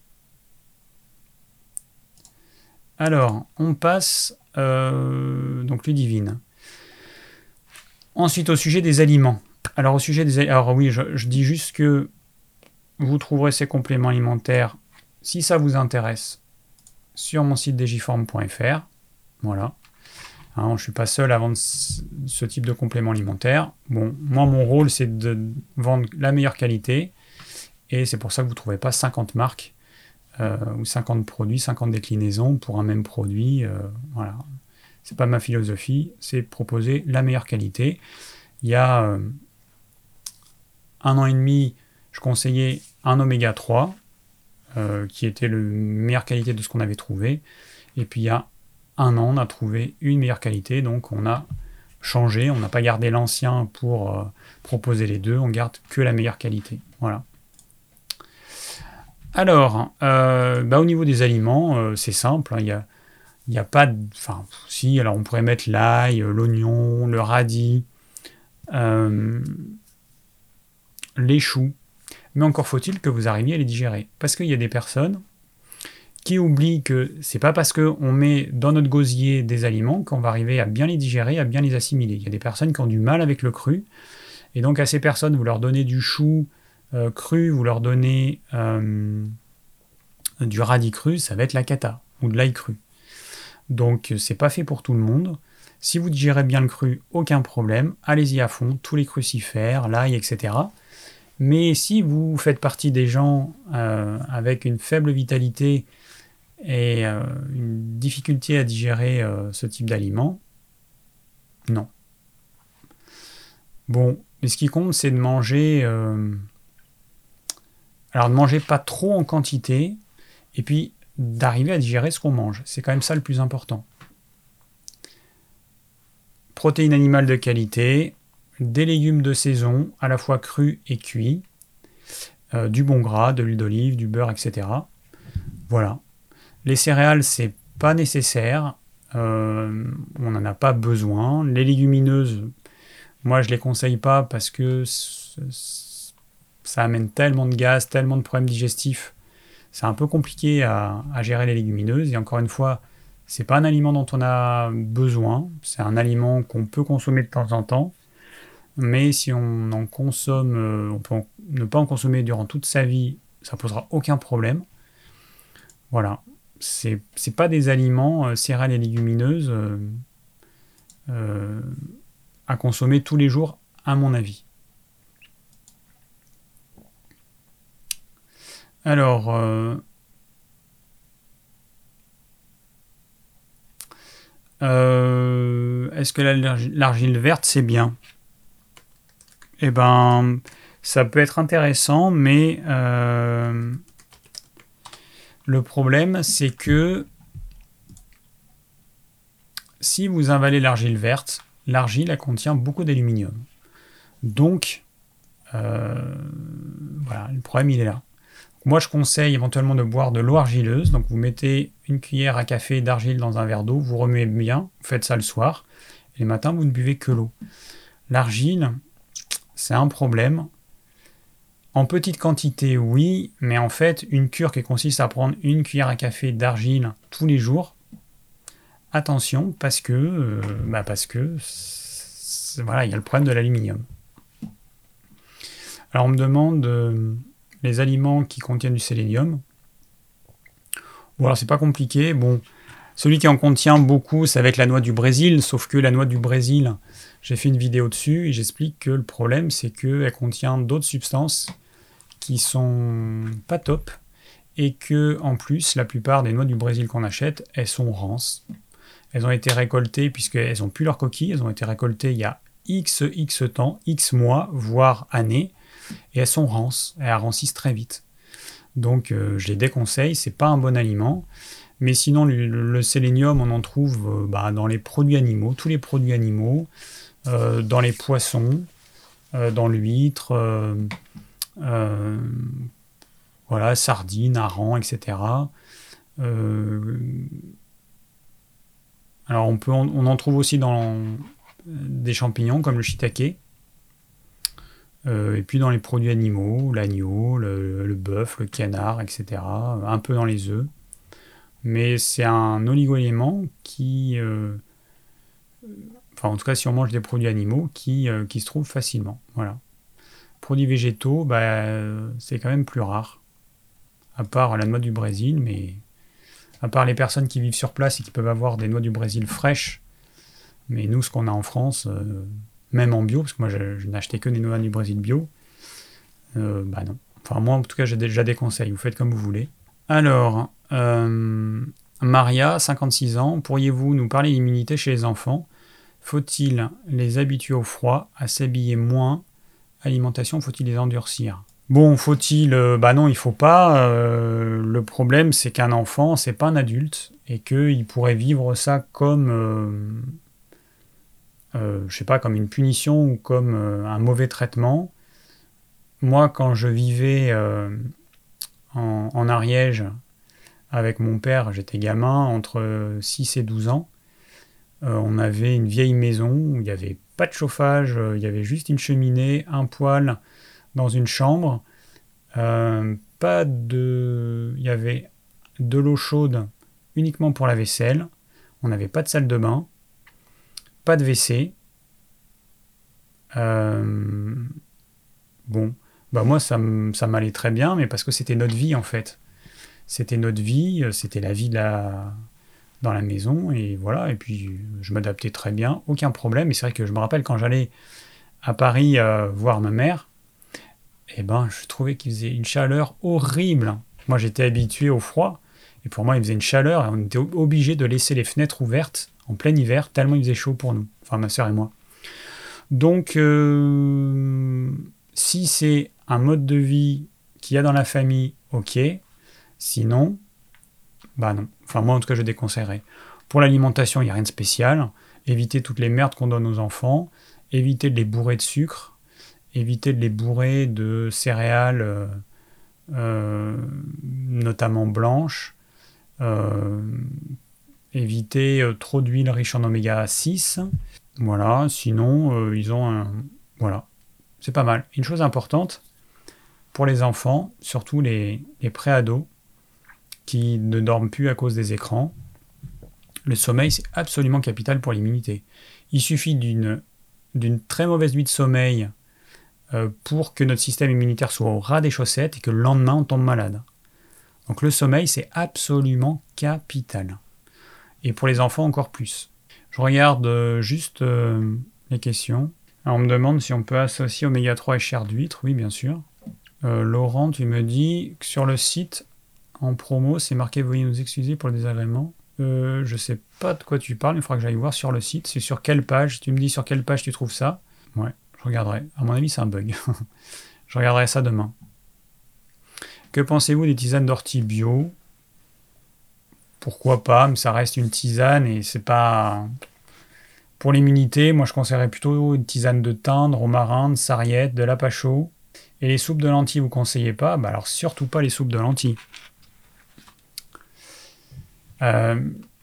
Speaker 1: Alors, on passe euh, donc Ludivine. Ensuite, au sujet des aliments. Alors, au sujet des alors oui, je, je dis juste que vous trouverez ces compléments alimentaires, si ça vous intéresse, sur mon site digiform point f r. Voilà. Hein, je ne suis pas seul à vendre ce type de compléments alimentaires. Bon, moi, mon rôle, c'est de vendre la meilleure qualité. Et c'est pour ça que vous ne trouverez pas cinquante marques euh, ou cinquante produits, cinquante déclinaisons pour un même produit. Euh, voilà. C'est pas ma philosophie, c'est proposer la meilleure qualité. Il y a euh, un an et demi, je conseillais un oméga trois, euh, qui était la meilleure qualité de ce qu'on avait trouvé. Et puis il y a un an, on a trouvé une meilleure qualité, donc on a changé, on n'a pas gardé l'ancien pour euh, proposer les deux, on garde que la meilleure qualité. Voilà. Alors, euh, bah, au niveau des aliments, euh, c'est simple, hein, il y a Il n'y a pas de... Enfin, si, alors on pourrait mettre l'ail, l'oignon, le radis, euh, les choux. Mais encore faut-il que vous arriviez à les digérer. Parce qu'il y a des personnes qui oublient que c'est pas parce qu'on met dans notre gosier des aliments qu'on va arriver à bien les digérer, à bien les assimiler. Il y a des personnes qui ont du mal avec le cru. Et donc à ces personnes, vous leur donnez du chou euh, cru, vous leur donnez euh, du radis cru, ça va être la cata, ou de l'ail cru. Donc c'est pas fait pour tout le monde. Si vous digérez bien le cru, aucun problème, allez-y à fond, tous les crucifères, l'ail, et cetera. Mais si vous faites partie des gens euh, avec une faible vitalité et euh, une difficulté à digérer euh, ce type d'aliments, non. Bon, mais ce qui compte, c'est de manger... Euh... Alors de manger pas trop en quantité, et puis d'arriver à digérer ce qu'on mange. C'est quand même ça le plus important. Protéines animales de qualité, des légumes de saison, à la fois crus et cuits, euh, du bon gras, de l'huile d'olive, du beurre, et cetera. Voilà. Les céréales, c'est pas nécessaire. Euh, on n'en a pas besoin. Les légumineuses, moi, je les conseille pas parce que ça amène tellement de gaz, tellement de problèmes digestifs. C'est un peu compliqué à, à gérer les légumineuses. Et encore une fois, c'est pas un aliment dont on a besoin. C'est un aliment qu'on peut consommer de temps en temps. Mais si on en consomme, euh, on peut en, ne pas en consommer durant toute sa vie, ça posera aucun problème. Voilà. C'est, c'est pas des aliments, euh, céréales et légumineuses, euh, euh, à consommer tous les jours, à mon avis. Alors, euh, Euh, est-ce que l'argile verte, c'est bien? Eh ben, ça peut être intéressant, mais euh, le problème, c'est que si vous invalez l'argile verte, l'argile, elle contient beaucoup d'aluminium. Donc, euh, voilà, le problème, il est là. Moi, je conseille éventuellement de boire de l'eau argileuse. Donc, vous mettez une cuillère à café d'argile dans un verre d'eau, vous remuez bien, vous faites ça le soir. Et le matin, vous ne buvez que l'eau. L'argile, c'est un problème. En petite quantité, oui, mais en fait, une cure qui consiste à prendre une cuillère à café d'argile tous les jours, attention, parce que, euh, bah parce que voilà, il y a le problème de l'aluminium. Alors, on me demande euh, les aliments qui contiennent du sélénium. Bon, alors, c'est pas compliqué. Bon, celui qui en contient beaucoup, ça va être la noix du Brésil, sauf que la noix du Brésil, j'ai fait une vidéo dessus et j'explique que le problème, c'est qu'elle contient d'autres substances qui sont pas top et que, en plus, la plupart des noix du Brésil qu'on achète, elles sont rances. Elles ont été récoltées, puisqu'elles n'ont plus leurs coquilles, elles ont été récoltées il y a X, X temps, X mois, voire années, et elles sont rances, elles rancissent très vite. Donc euh, je les déconseille, c'est pas un bon aliment. Mais sinon, le, le sélénium, on en trouve euh, bah, dans les produits animaux, tous les produits animaux, euh, dans les poissons, euh, dans l'huître, euh, euh, voilà, sardines, harengs, et cetera. Euh, alors on, peut, on, on en trouve aussi dans des champignons comme le shiitake. Euh, et puis dans les produits animaux, l'agneau, le, le bœuf, le canard, et cetera. Un peu dans les œufs. Mais c'est un oligo-élément qui, euh, enfin en tout cas si on mange des produits animaux, qui, euh, qui se trouve facilement. Voilà. Produits végétaux, bah, euh, c'est quand même plus rare. À part la noix du Brésil, mais à part les personnes qui vivent sur place et qui peuvent avoir des noix du Brésil fraîches. Mais nous, ce qu'on a en France, euh, même en bio, parce que moi je, je n'achetais que des noix du Brésil bio, euh, bah non. Enfin moi en tout cas j'ai déjà des conseils, vous faites comme vous voulez. Alors, euh, Maria, cinquante-six ans, pourriez-vous nous parler d'immunité chez les enfants? Faut-il les habituer au froid, à s'habiller moins? Alimentation, faut-il les endurcir? Bon, faut-il... euh, bah non, il faut pas. Euh, le problème, c'est qu'un enfant, c'est pas un adulte, et qu'il pourrait vivre ça comme... Euh, euh, je sais pas, comme une punition ou comme euh, un mauvais traitement. Moi, quand je vivais euh, en, en Ariège avec mon père, j'étais gamin, entre six et douze ans, euh, on avait une vieille maison où il n'y avait pas de chauffage, euh, il y avait juste une cheminée, un poêle dans une chambre, euh, pas de... il y avait de l'eau chaude uniquement pour la vaisselle, on n'avait pas de salle de bain, pas de W C. Euh, bon, bah moi ça, ça m'allait très bien, mais parce que c'était notre vie en fait. C'était notre vie, c'était la vie de la... dans la maison, et voilà, et puis je m'adaptais très bien, aucun problème. Et c'est vrai que je me rappelle quand j'allais à Paris euh, voir ma mère, et eh ben je trouvais qu'il faisait une chaleur horrible. Moi j'étais habitué au froid, et pour moi il faisait une chaleur, et on était obligé de laisser les fenêtres ouvertes en plein hiver, tellement il faisait chaud pour nous, enfin ma soeur et moi. Donc euh, si c'est un mode de vie qu'il y a dans la famille, ok. Sinon, bah non. Enfin, moi, en tout cas, je déconseillerais. Pour l'alimentation, il n'y a rien de spécial. Éviter toutes les merdes qu'on donne aux enfants. Éviter de les bourrer de sucre. Éviter de les bourrer de céréales, euh, euh, notamment blanches. Euh, éviter euh, trop d'huile riche en oméga six. Voilà. Sinon, euh, ils ont un... Voilà. C'est pas mal. Une chose importante, pour les enfants, surtout les, les pré-ados, qui ne dorment plus à cause des écrans, le sommeil, c'est absolument capital pour l'immunité. Il suffit d'une, d'une très mauvaise nuit de sommeil euh, pour que notre système immunitaire soit au ras des chaussettes et que le lendemain, on tombe malade. Donc le sommeil, c'est absolument capital. Et pour les enfants, encore plus. Je regarde euh, juste euh, les questions. Alors, on me demande si on peut associer oméga trois et chair d'huître. Oui, bien sûr. Euh, Laurent, tu me dis que sur le site... En promo, c'est marqué « Veuillez nous excuser pour le désagrément ». Euh, je sais pas de quoi tu parles, il faudra que j'aille voir sur le site. C'est sur quelle page? Tu me dis sur quelle page tu trouves ça? Ouais, je regarderai. À mon avis, c'est un bug. Je regarderai ça demain. Que pensez-vous des tisanes d'ortie bio? Pourquoi pas, mais ça reste une tisane et c'est pas... Pour l'immunité, moi je conseillerais plutôt une tisane de thym, de romarin, de sarriette, de lapacho. Et les soupes de lentilles, vous conseillez pas? Bah alors surtout pas les soupes de lentilles. Euh,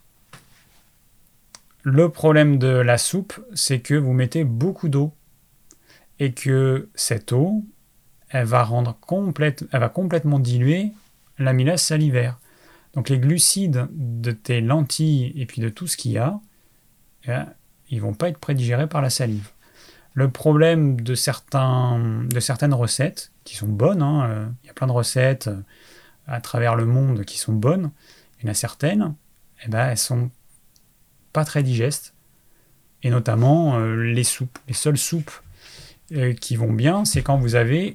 Speaker 1: le problème de la soupe, c'est que vous mettez beaucoup d'eau et que cette eau, elle va rendre complète, elle va complètement diluer l'amylase salivaire. Donc les glucides de tes lentilles et puis de tout ce qu'il y a, eh, ils vont pas être prédigérés par la salive. Le problème de, certains, de certaines recettes, qui sont bonnes, hein, euh, il y a plein de recettes euh, à travers le monde qui sont bonnes, il y en a certaines, eh ben, elles sont pas très digestes, et notamment euh, les soupes. Les seules soupes euh, qui vont bien, c'est quand vous avez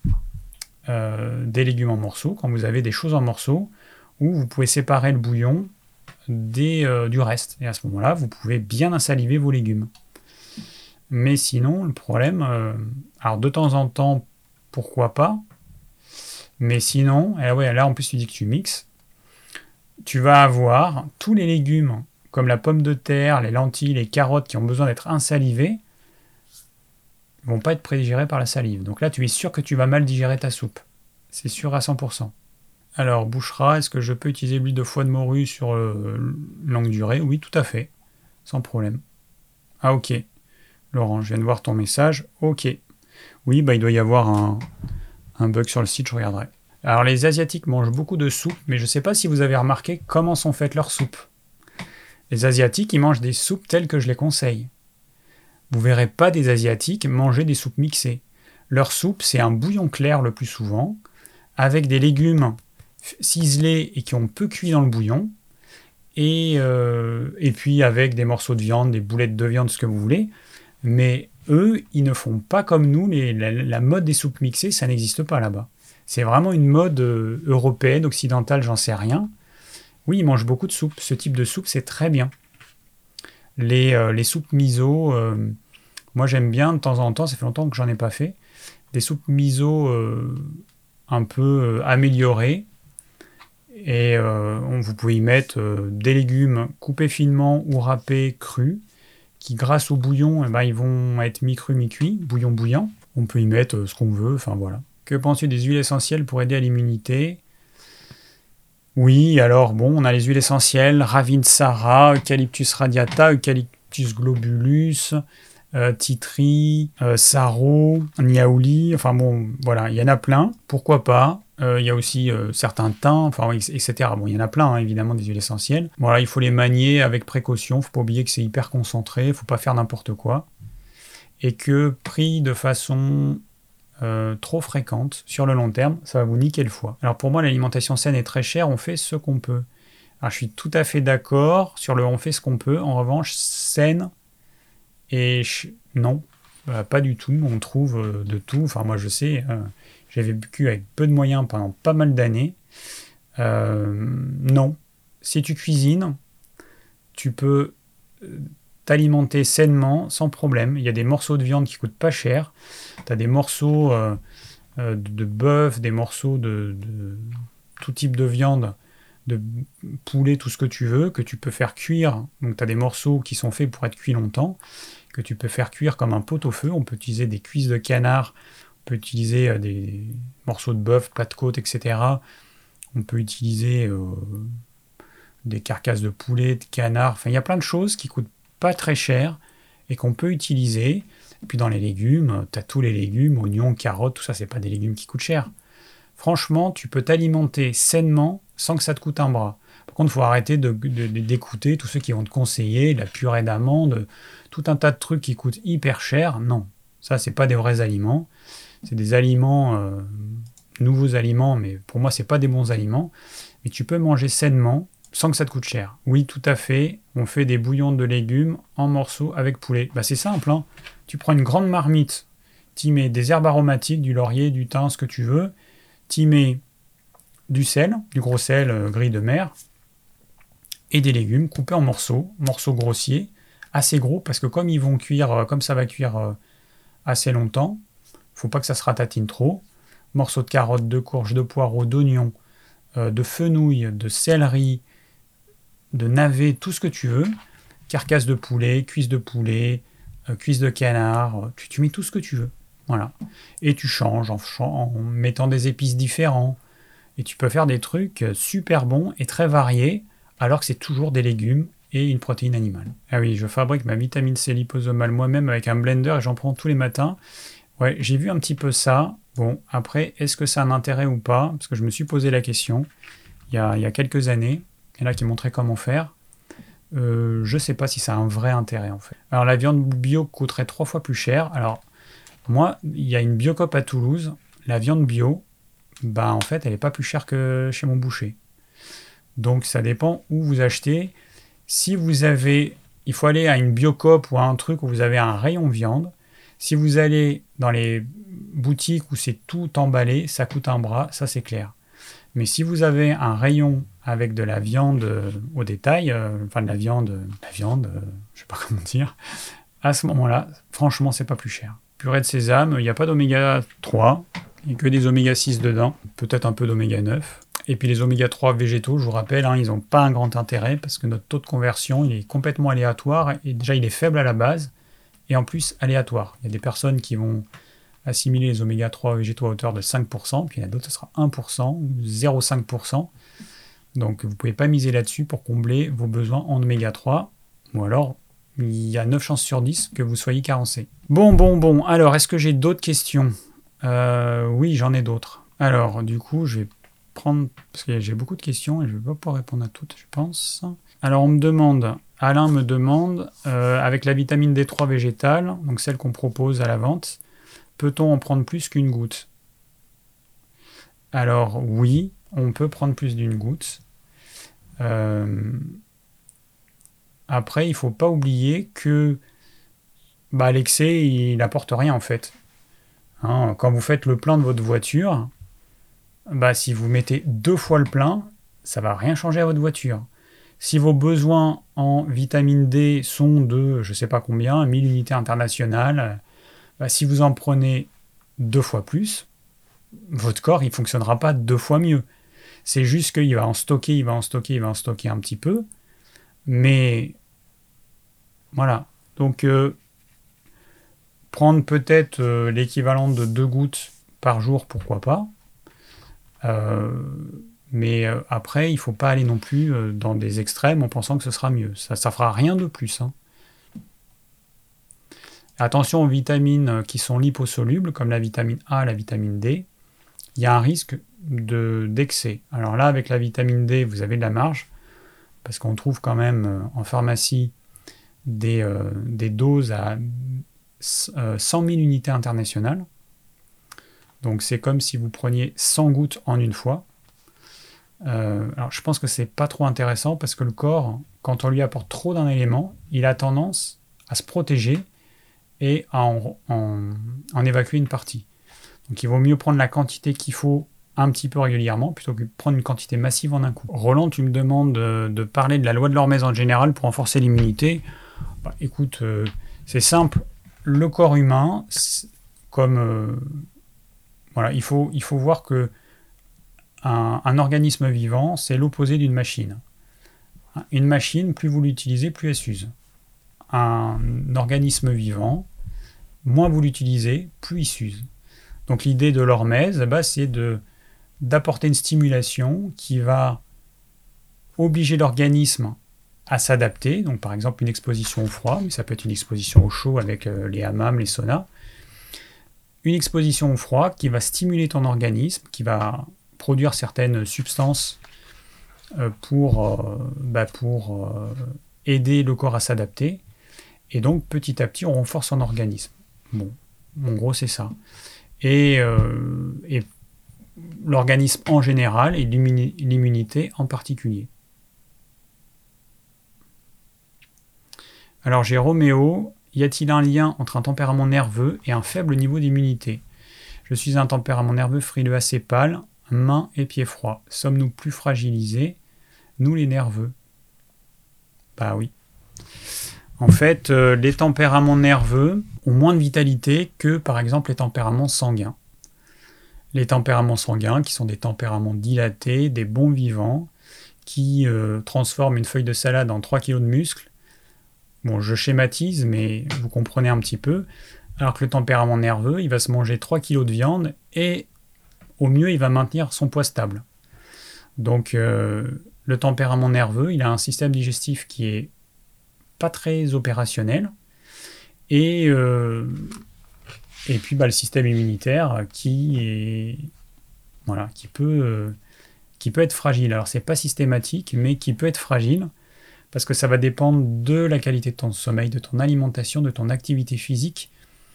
Speaker 1: euh, des légumes en morceaux, quand vous avez des choses en morceaux, où vous pouvez séparer le bouillon des, euh, du reste. Et à ce moment-là, vous pouvez bien insaliver vos légumes. Mais sinon, le problème... Euh, alors, de temps en temps, pourquoi pas? Mais sinon... Et ouais, là, en plus, tu dis que tu mixes. Tu vas avoir tous les légumes, comme la pomme de terre, les lentilles, les carottes, qui ont besoin d'être insalivés, ne vont pas être prédigérés par la salive. Donc là, tu es sûr que tu vas mal digérer ta soupe. C'est sûr à cent pour cent. Alors, Bouchera, est-ce que je peux utiliser l'huile de foie de morue sur euh, longue durée? Oui, tout à fait. Sans problème. Ah, ok. Laurent, je viens de voir ton message. Ok. Oui, bah, il doit y avoir un, un bug sur le site, je regarderai. Alors, les Asiatiques mangent beaucoup de soupe, mais je ne sais pas si vous avez remarqué comment sont faites leurs soupes. Les Asiatiques, ils mangent des soupes telles que je les conseille. Vous ne verrez pas des Asiatiques manger des soupes mixées. Leur soupe, c'est un bouillon clair le plus souvent, avec des légumes ciselés et qui ont peu cuit dans le bouillon, et, euh, et puis avec des morceaux de viande, des boulettes de viande, ce que vous voulez. Mais eux, ils ne font pas comme nous. Les, la, la mode des soupes mixées, ça n'existe pas là-bas. C'est vraiment une mode euh, européenne, occidentale, j'en sais rien. Oui, ils mangent beaucoup de soupe. Ce type de soupe, c'est très bien. Les, euh, les soupes miso, euh, moi j'aime bien de temps en temps, ça fait longtemps que j'en ai pas fait, des soupes miso euh, un peu euh, améliorées. Et euh, on, vous pouvez y mettre euh, des légumes coupés finement ou râpés crus, qui grâce au bouillon, eh ben, ils vont être mi-crus, mi-cuits, bouillon bouillant. On peut y mettre euh, ce qu'on veut, enfin voilà. Que penses-tu des huiles essentielles pour aider à l'immunité? Oui, alors bon, on a les huiles essentielles, Ravinsara, Eucalyptus radiata, Eucalyptus globulus, euh, Titri, euh, Saro, Niaouli, enfin bon, voilà, il y en a plein, pourquoi pas. Euh, il y a aussi euh, certains thym, enfin, et cetera. Bon, il y en a plein, hein, évidemment, des huiles essentielles. Voilà, il faut les manier avec précaution, il ne faut pas oublier que c'est hyper concentré, il ne faut pas faire n'importe quoi. Et que pris de façon euh, trop fréquente, sur le long terme, ça va vous niquer le foie. Alors pour moi, l'alimentation saine est très chère, on fait ce qu'on peut. Alors je suis tout à fait d'accord sur le on fait ce qu'on peut. En revanche, saine, et ch- non, bah, pas du tout. On trouve euh, de tout. Enfin, moi, je sais, euh, j'avais vécu avec peu de moyens pendant pas mal d'années. Euh, non. Si tu cuisines, tu peux euh, t'alimenter sainement, sans problème. Il y a des morceaux de viande qui coûtent pas cher. Tu as des morceaux euh, euh, de, de bœuf, des morceaux de, de tout type de viande, de poulet, tout ce que tu veux, que tu peux faire cuire. Donc tu as des morceaux qui sont faits pour être cuits longtemps, que tu peux faire cuire comme un pot-au-feu. On peut utiliser des cuisses de canard, on peut utiliser euh, des morceaux de bœuf, pâte côte, et cetera. On peut utiliser euh, des carcasses de poulet, de canard. Enfin, il y a plein de choses qui coûtent pas très cher et qu'on peut utiliser. Et puis dans les légumes, tu as tous les légumes, oignons, carottes, tout ça, c'est pas des légumes qui coûtent cher. Franchement, tu peux t'alimenter sainement sans que ça te coûte un bras. Par contre, il faut arrêter de, de, de, d'écouter tous ceux qui vont te conseiller la purée d'amandes, tout un tas de trucs qui coûtent hyper cher. Non, ça, c'est pas des vrais aliments. C'est des aliments, euh, nouveaux aliments, mais pour moi, c'est pas des bons aliments. Mais tu peux manger sainement sans que ça te coûte cher. Oui, tout à fait. On fait des bouillons de légumes en morceaux avec poulet. Bah, c'est simple, hein. Tu prends une grande marmite, tu y mets des herbes aromatiques, du laurier, du thym, ce que tu veux. Tu y mets du sel, du gros sel euh, gris de mer, et des légumes coupés en morceaux, morceaux grossiers, assez gros, parce que comme ils vont cuire, comme ça va cuire assez longtemps, il ne faut pas que ça se ratatine trop. Morceaux de carottes, de courges, de poireaux, d'oignons, euh, de fenouil, de céleri, de navets, tout ce que tu veux. Carcasse de poulet, cuisse de poulet, euh, cuisse de canard, tu, tu mets tout ce que tu veux. Voilà. Et tu changes en, en mettant des épices différents. Et tu peux faire des trucs super bons et très variés, alors que c'est toujours des légumes et une protéine animale. Ah oui, je fabrique ma vitamine C liposomale moi-même avec un blender et j'en prends tous les matins. Ouais, j'ai vu un petit peu ça. Bon, après, est-ce que ça a un intérêt ou pas? Parce que je me suis posé la question il y a, il y a quelques années. Il y en a qui montraient comment faire. Euh, je ne sais pas si ça a un vrai intérêt, en fait. Alors, la viande bio coûterait trois fois plus cher. Alors, moi, il y a une Biocoop à Toulouse. La viande bio, bah, en fait, elle n'est pas plus chère que chez mon boucher. Donc, ça dépend où vous achetez. Si vous avez... Il faut aller à une Biocoop ou à un truc où vous avez un rayon viande. Si vous allez dans les boutiques où c'est tout emballé, ça coûte un bras, ça c'est clair. Mais si vous avez un rayon avec de la viande euh, au détail, euh, enfin de la viande, euh, la viande, euh, je sais pas comment dire, à ce moment-là, franchement, c'est pas plus cher. Purée de sésame, il n'y a pas d'oméga trois, il n'y a que des oméga six dedans, peut-être un peu d'oméga neuf. Et puis les oméga trois végétaux, je vous rappelle, hein, ils n'ont pas un grand intérêt parce que notre taux de conversion, il est complètement aléatoire et déjà il est faible à la base. Et en plus aléatoire. Il y a des personnes qui vont assimiler les oméga trois végétaux à hauteur de cinq pour cent, puis il y en a d'autres, ce sera un pour cent ou zéro virgule cinq pour cent. Donc vous ne pouvez pas miser là-dessus pour combler vos besoins en oméga trois, ou alors il y a neuf chances sur dix que vous soyez carencé. Bon, bon, bon, alors est-ce que j'ai d'autres questions? euh, Oui, j'en ai d'autres. Alors, du coup, je vais prendre, parce que j'ai beaucoup de questions et je ne vais pas pouvoir répondre à toutes, je pense. Alors, on me demande... Alain me demande, euh, avec la vitamine D trois végétale, donc celle qu'on propose à la vente, peut-on en prendre plus qu'une goutte? Alors oui, on peut prendre plus d'une goutte. Euh, après, il ne faut pas oublier que bah, l'excès, il n'apporte rien en fait. Hein, quand vous faites le plein de votre voiture, bah, si vous mettez deux fois le plein, ça ne va rien changer à votre voiture. Si vos besoins en vitamine D sont de, je ne sais pas combien, mille unités internationales, bah si vous en prenez deux fois plus, votre corps il ne fonctionnera pas deux fois mieux. C'est juste qu'il va en stocker, il va en stocker, il va en stocker un petit peu. Mais voilà. Donc, euh, prendre peut-être euh, l'équivalent de deux gouttes par jour, pourquoi pas. Euh, Mais euh, après, il ne faut pas aller non plus euh, dans des extrêmes en pensant que ce sera mieux. Ça ne fera rien de plus. Hein. Attention aux vitamines qui sont liposolubles, comme la vitamine A, la vitamine D. Il y a un risque de, d'excès. Alors là, avec la vitamine D, vous avez de la marge, parce qu'on trouve quand même euh, en pharmacie des, euh, des doses à euh, cent mille unités internationales. Donc c'est comme si vous preniez cent gouttes en une fois. Euh, alors je pense que c'est pas trop intéressant parce que le corps, quand on lui apporte trop d'un élément, il a tendance à se protéger et à en, en, en évacuer une partie. Donc il vaut mieux prendre la quantité qu'il faut un petit peu régulièrement plutôt que de prendre une quantité massive en un coup. Roland, tu me demandes de, de parler de la loi de l'hormèse en général pour renforcer l'immunité. Bah, écoute, euh, c'est simple. Le corps humain, comme euh, voilà, il faut, il faut voir que Un, un organisme vivant, c'est l'opposé d'une machine. Une machine, plus vous l'utilisez, plus elle s'use. Un organisme vivant, moins vous l'utilisez, plus il s'use. Donc l'idée de l'hormèse, bah, c'est de, d'apporter une stimulation qui va obliger l'organisme à s'adapter. Donc par exemple une exposition au froid, mais ça peut être une exposition au chaud avec euh, les hammams, les saunas. Une exposition au froid qui va stimuler ton organisme, qui va produire certaines substances euh, pour, euh, bah pour euh, aider le corps à s'adapter. Et donc, petit à petit, on renforce son organisme. Bon, en gros, c'est ça. Et, euh, et l'organisme en général et l'immuni- l'immunité en particulier. Alors, j'ai Roméo. Y a-t-il un lien entre un tempérament nerveux et un faible niveau d'immunité? Je suis un tempérament nerveux frileux assez pâle, mains et pieds froids. Sommes-nous plus fragilisés, nous les nerveux? Bah oui. En fait, euh, les tempéraments nerveux ont moins de vitalité que, par exemple, les tempéraments sanguins. Les tempéraments sanguins, qui sont des tempéraments dilatés, des bons vivants, qui euh, transforment une feuille de salade en trois kilos de muscles. Bon, je schématise, mais vous comprenez un petit peu. Alors que le tempérament nerveux, il va se manger trois kilos de viande et, au mieux, il va maintenir son poids stable. Donc, euh, le tempérament nerveux, il a un système digestif qui est pas très opérationnel, et, euh, et puis bah, le système immunitaire qui est voilà, qui peut, euh, qui peut être fragile. Alors c'est pas systématique, mais qui peut être fragile, parce que ça va dépendre de la qualité de ton sommeil, de ton alimentation, de ton activité physique,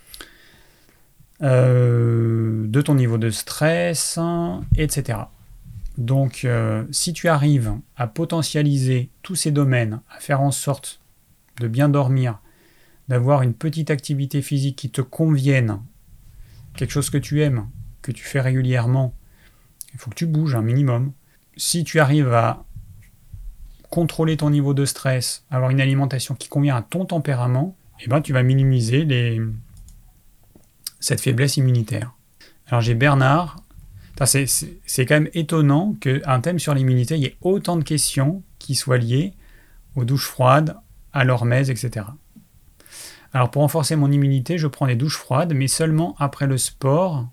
Speaker 1: euh, de ton niveau de stress, et cetera. Donc euh, si tu arrives à potentialiser tous ces domaines, à faire en sorte de bien dormir, d'avoir une petite activité physique qui te convienne, quelque chose que tu aimes, que tu fais régulièrement, il faut que tu bouges un minimum. Si tu arrives à contrôler ton niveau de stress, avoir une alimentation qui convient à ton tempérament, eh ben, tu vas minimiser les... cette faiblesse immunitaire. Alors j'ai Bernard. Enfin, c'est, c'est, c'est quand même étonnant qu'un thème sur l'immunité, il y ait autant de questions qui soient liées aux douches froides, à l'hormèse, et cetera. Alors pour renforcer mon immunité, je prends des douches froides, mais seulement après le sport,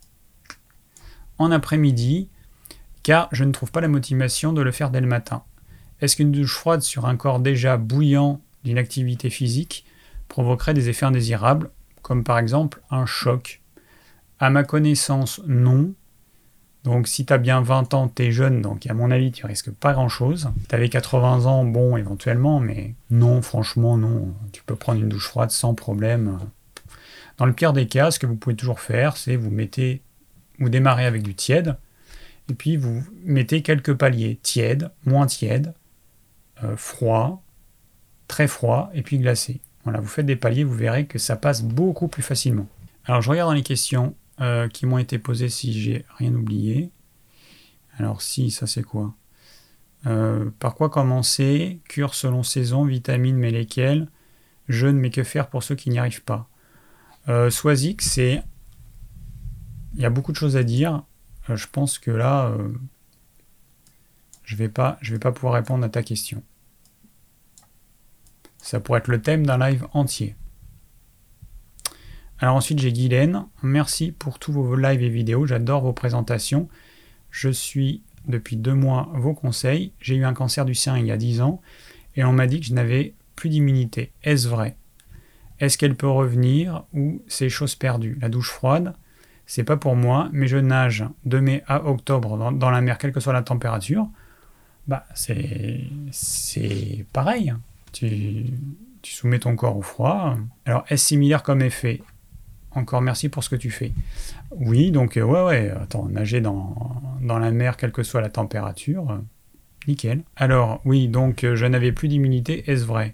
Speaker 1: en après-midi, car je ne trouve pas la motivation de le faire dès le matin. Est-ce qu'une douche froide sur un corps déjà bouillant d'une activité physique provoquerait des effets indésirables, comme par exemple un choc? À ma connaissance, non. Donc si tu as bien vingt ans, tu es jeune, donc à mon avis, tu risques pas grand-chose. Si tu avais quatre-vingts ans, bon, éventuellement, mais non, franchement, non. Tu peux prendre une douche froide sans problème. Dans le pire des cas, ce que vous pouvez toujours faire, c'est vous mettez, vous démarrez avec du tiède, et puis vous mettez quelques paliers. Tiède, moins tiède, euh, froid, très froid, et puis glacé. Voilà, vous faites des paliers, vous verrez que ça passe beaucoup plus facilement. Alors je regarde dans les questions Euh, qui m'ont été posées, si j'ai rien oublié. Alors si, ça c'est quoi euh, Par quoi commencer? Cure selon saison, vitamines, mais lesquelles? Jeûne, mais que faire pour ceux qui n'y arrivent pas? euh, Swazik, c'est... Il y a beaucoup de choses à dire. Euh, je pense que là, euh, je vais pas, je vais pas pouvoir répondre à ta question. Ça pourrait être le thème d'un live entier. Alors ensuite, j'ai Guylaine. Merci pour tous vos lives et vidéos. J'adore vos présentations. Je suis depuis deux mois vos conseils. J'ai eu un cancer du sein il y a dix ans et on m'a dit que je n'avais plus d'immunité. Est-ce vrai? Est-ce qu'elle peut revenir ou c'est chose perdue? La douche froide, c'est pas pour moi, mais je nage de mai à octobre dans, dans la mer, quelle que soit la température. Bah, c'est, c'est pareil. Tu, tu soumets ton corps au froid. Alors, est-ce similaire comme effet? Encore merci pour ce que tu fais. Oui, donc euh, ouais, ouais, attends, nager dans, dans la mer, quelle que soit la température, euh, nickel. Alors, oui, donc euh, je n'avais plus d'immunité, est-ce vrai?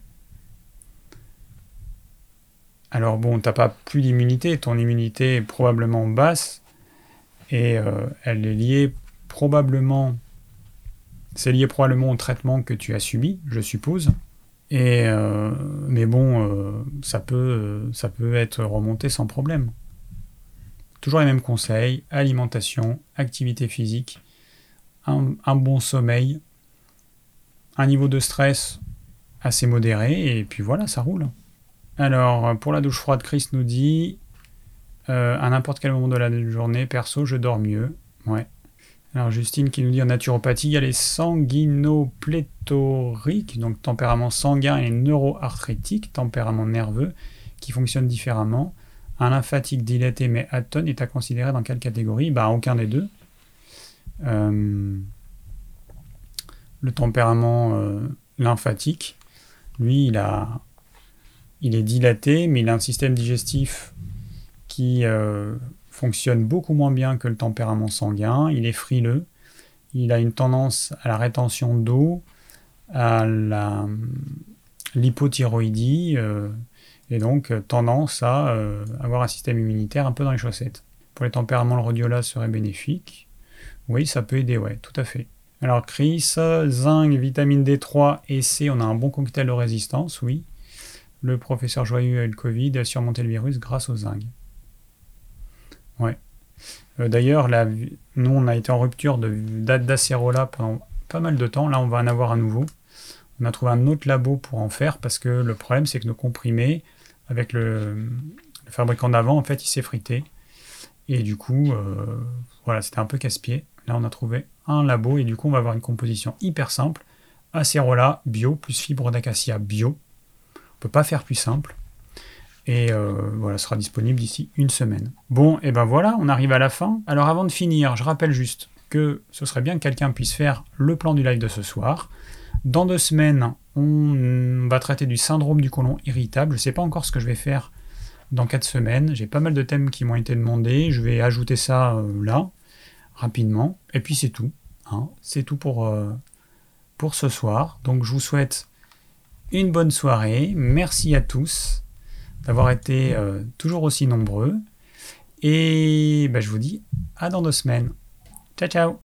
Speaker 1: Alors bon, t'as pas plus d'immunité, ton immunité est probablement basse, et euh, elle est liée probablement, c'est lié probablement au traitement que tu as subi, je suppose. Et euh, mais bon, euh, ça peut, euh, ça peut être remonté sans problème. Toujours les mêmes conseils: alimentation, activité physique, un, un bon sommeil, un niveau de stress assez modéré, et puis voilà, ça roule. Alors, pour la douche froide, Chris nous dit euh, à n'importe quel moment de la journée, perso, je dors mieux. Ouais. Alors Justine qui nous dit en naturopathie, il y a les sanguinopléthoriques, donc tempérament sanguin, et neuroarthrétique, tempérament nerveux, qui fonctionnent différemment. Un lymphatique dilaté mais atone est à considérer dans quelle catégorie? Bah, aucun des deux. Euh, le tempérament euh, lymphatique, lui, il, a, il est dilaté, mais il a un système digestif qui... Euh, fonctionne beaucoup moins bien que le tempérament sanguin, il est frileux, il a une tendance à la rétention d'eau, à la, l'hypothyroïdie, euh, et donc tendance à euh, avoir un système immunitaire un peu dans les chaussettes. Pour les tempéraments, le rhodiola serait bénéfique. Oui, ça peut aider, ouais, tout à fait. Alors Chris, zinc, vitamine D trois et C, on a un bon cocktail de résistance, oui. Le professeur Joyeux a eu le Covid et a surmonté le virus grâce au zinc. Ouais. Euh, d'ailleurs, là, nous, on a été en rupture de d'acérola pendant pas mal de temps. Là, on va en avoir à nouveau. On a trouvé un autre labo pour en faire parce que le problème, c'est que nos comprimés, avec le, le fabricant d'avant, en fait, il s'est frité. Et du coup, euh, voilà, c'était un peu casse-pied. Là, on a trouvé un labo et du coup, on va avoir une composition hyper simple. Acérola bio plus fibre d'acacia bio. On peut pas faire plus simple. Et euh, voilà, sera disponible d'ici une semaine. Bon, et ben voilà, on arrive à la fin. Alors avant de finir, je rappelle juste que ce serait bien que quelqu'un puisse faire le plan du live de ce soir. Dans deux semaines, on va traiter du syndrome du côlon irritable. Je ne sais pas encore ce que je vais faire dans quatre semaines. J'ai pas mal de thèmes qui m'ont été demandés. Je vais ajouter ça euh, là, rapidement. Et puis c'est tout. Hein. C'est tout pour, euh, pour ce soir. Donc je vous souhaite une bonne soirée. Merci à tous d'avoir été euh, toujours aussi nombreux. Et ben, je vous dis à dans deux semaines. Ciao, ciao!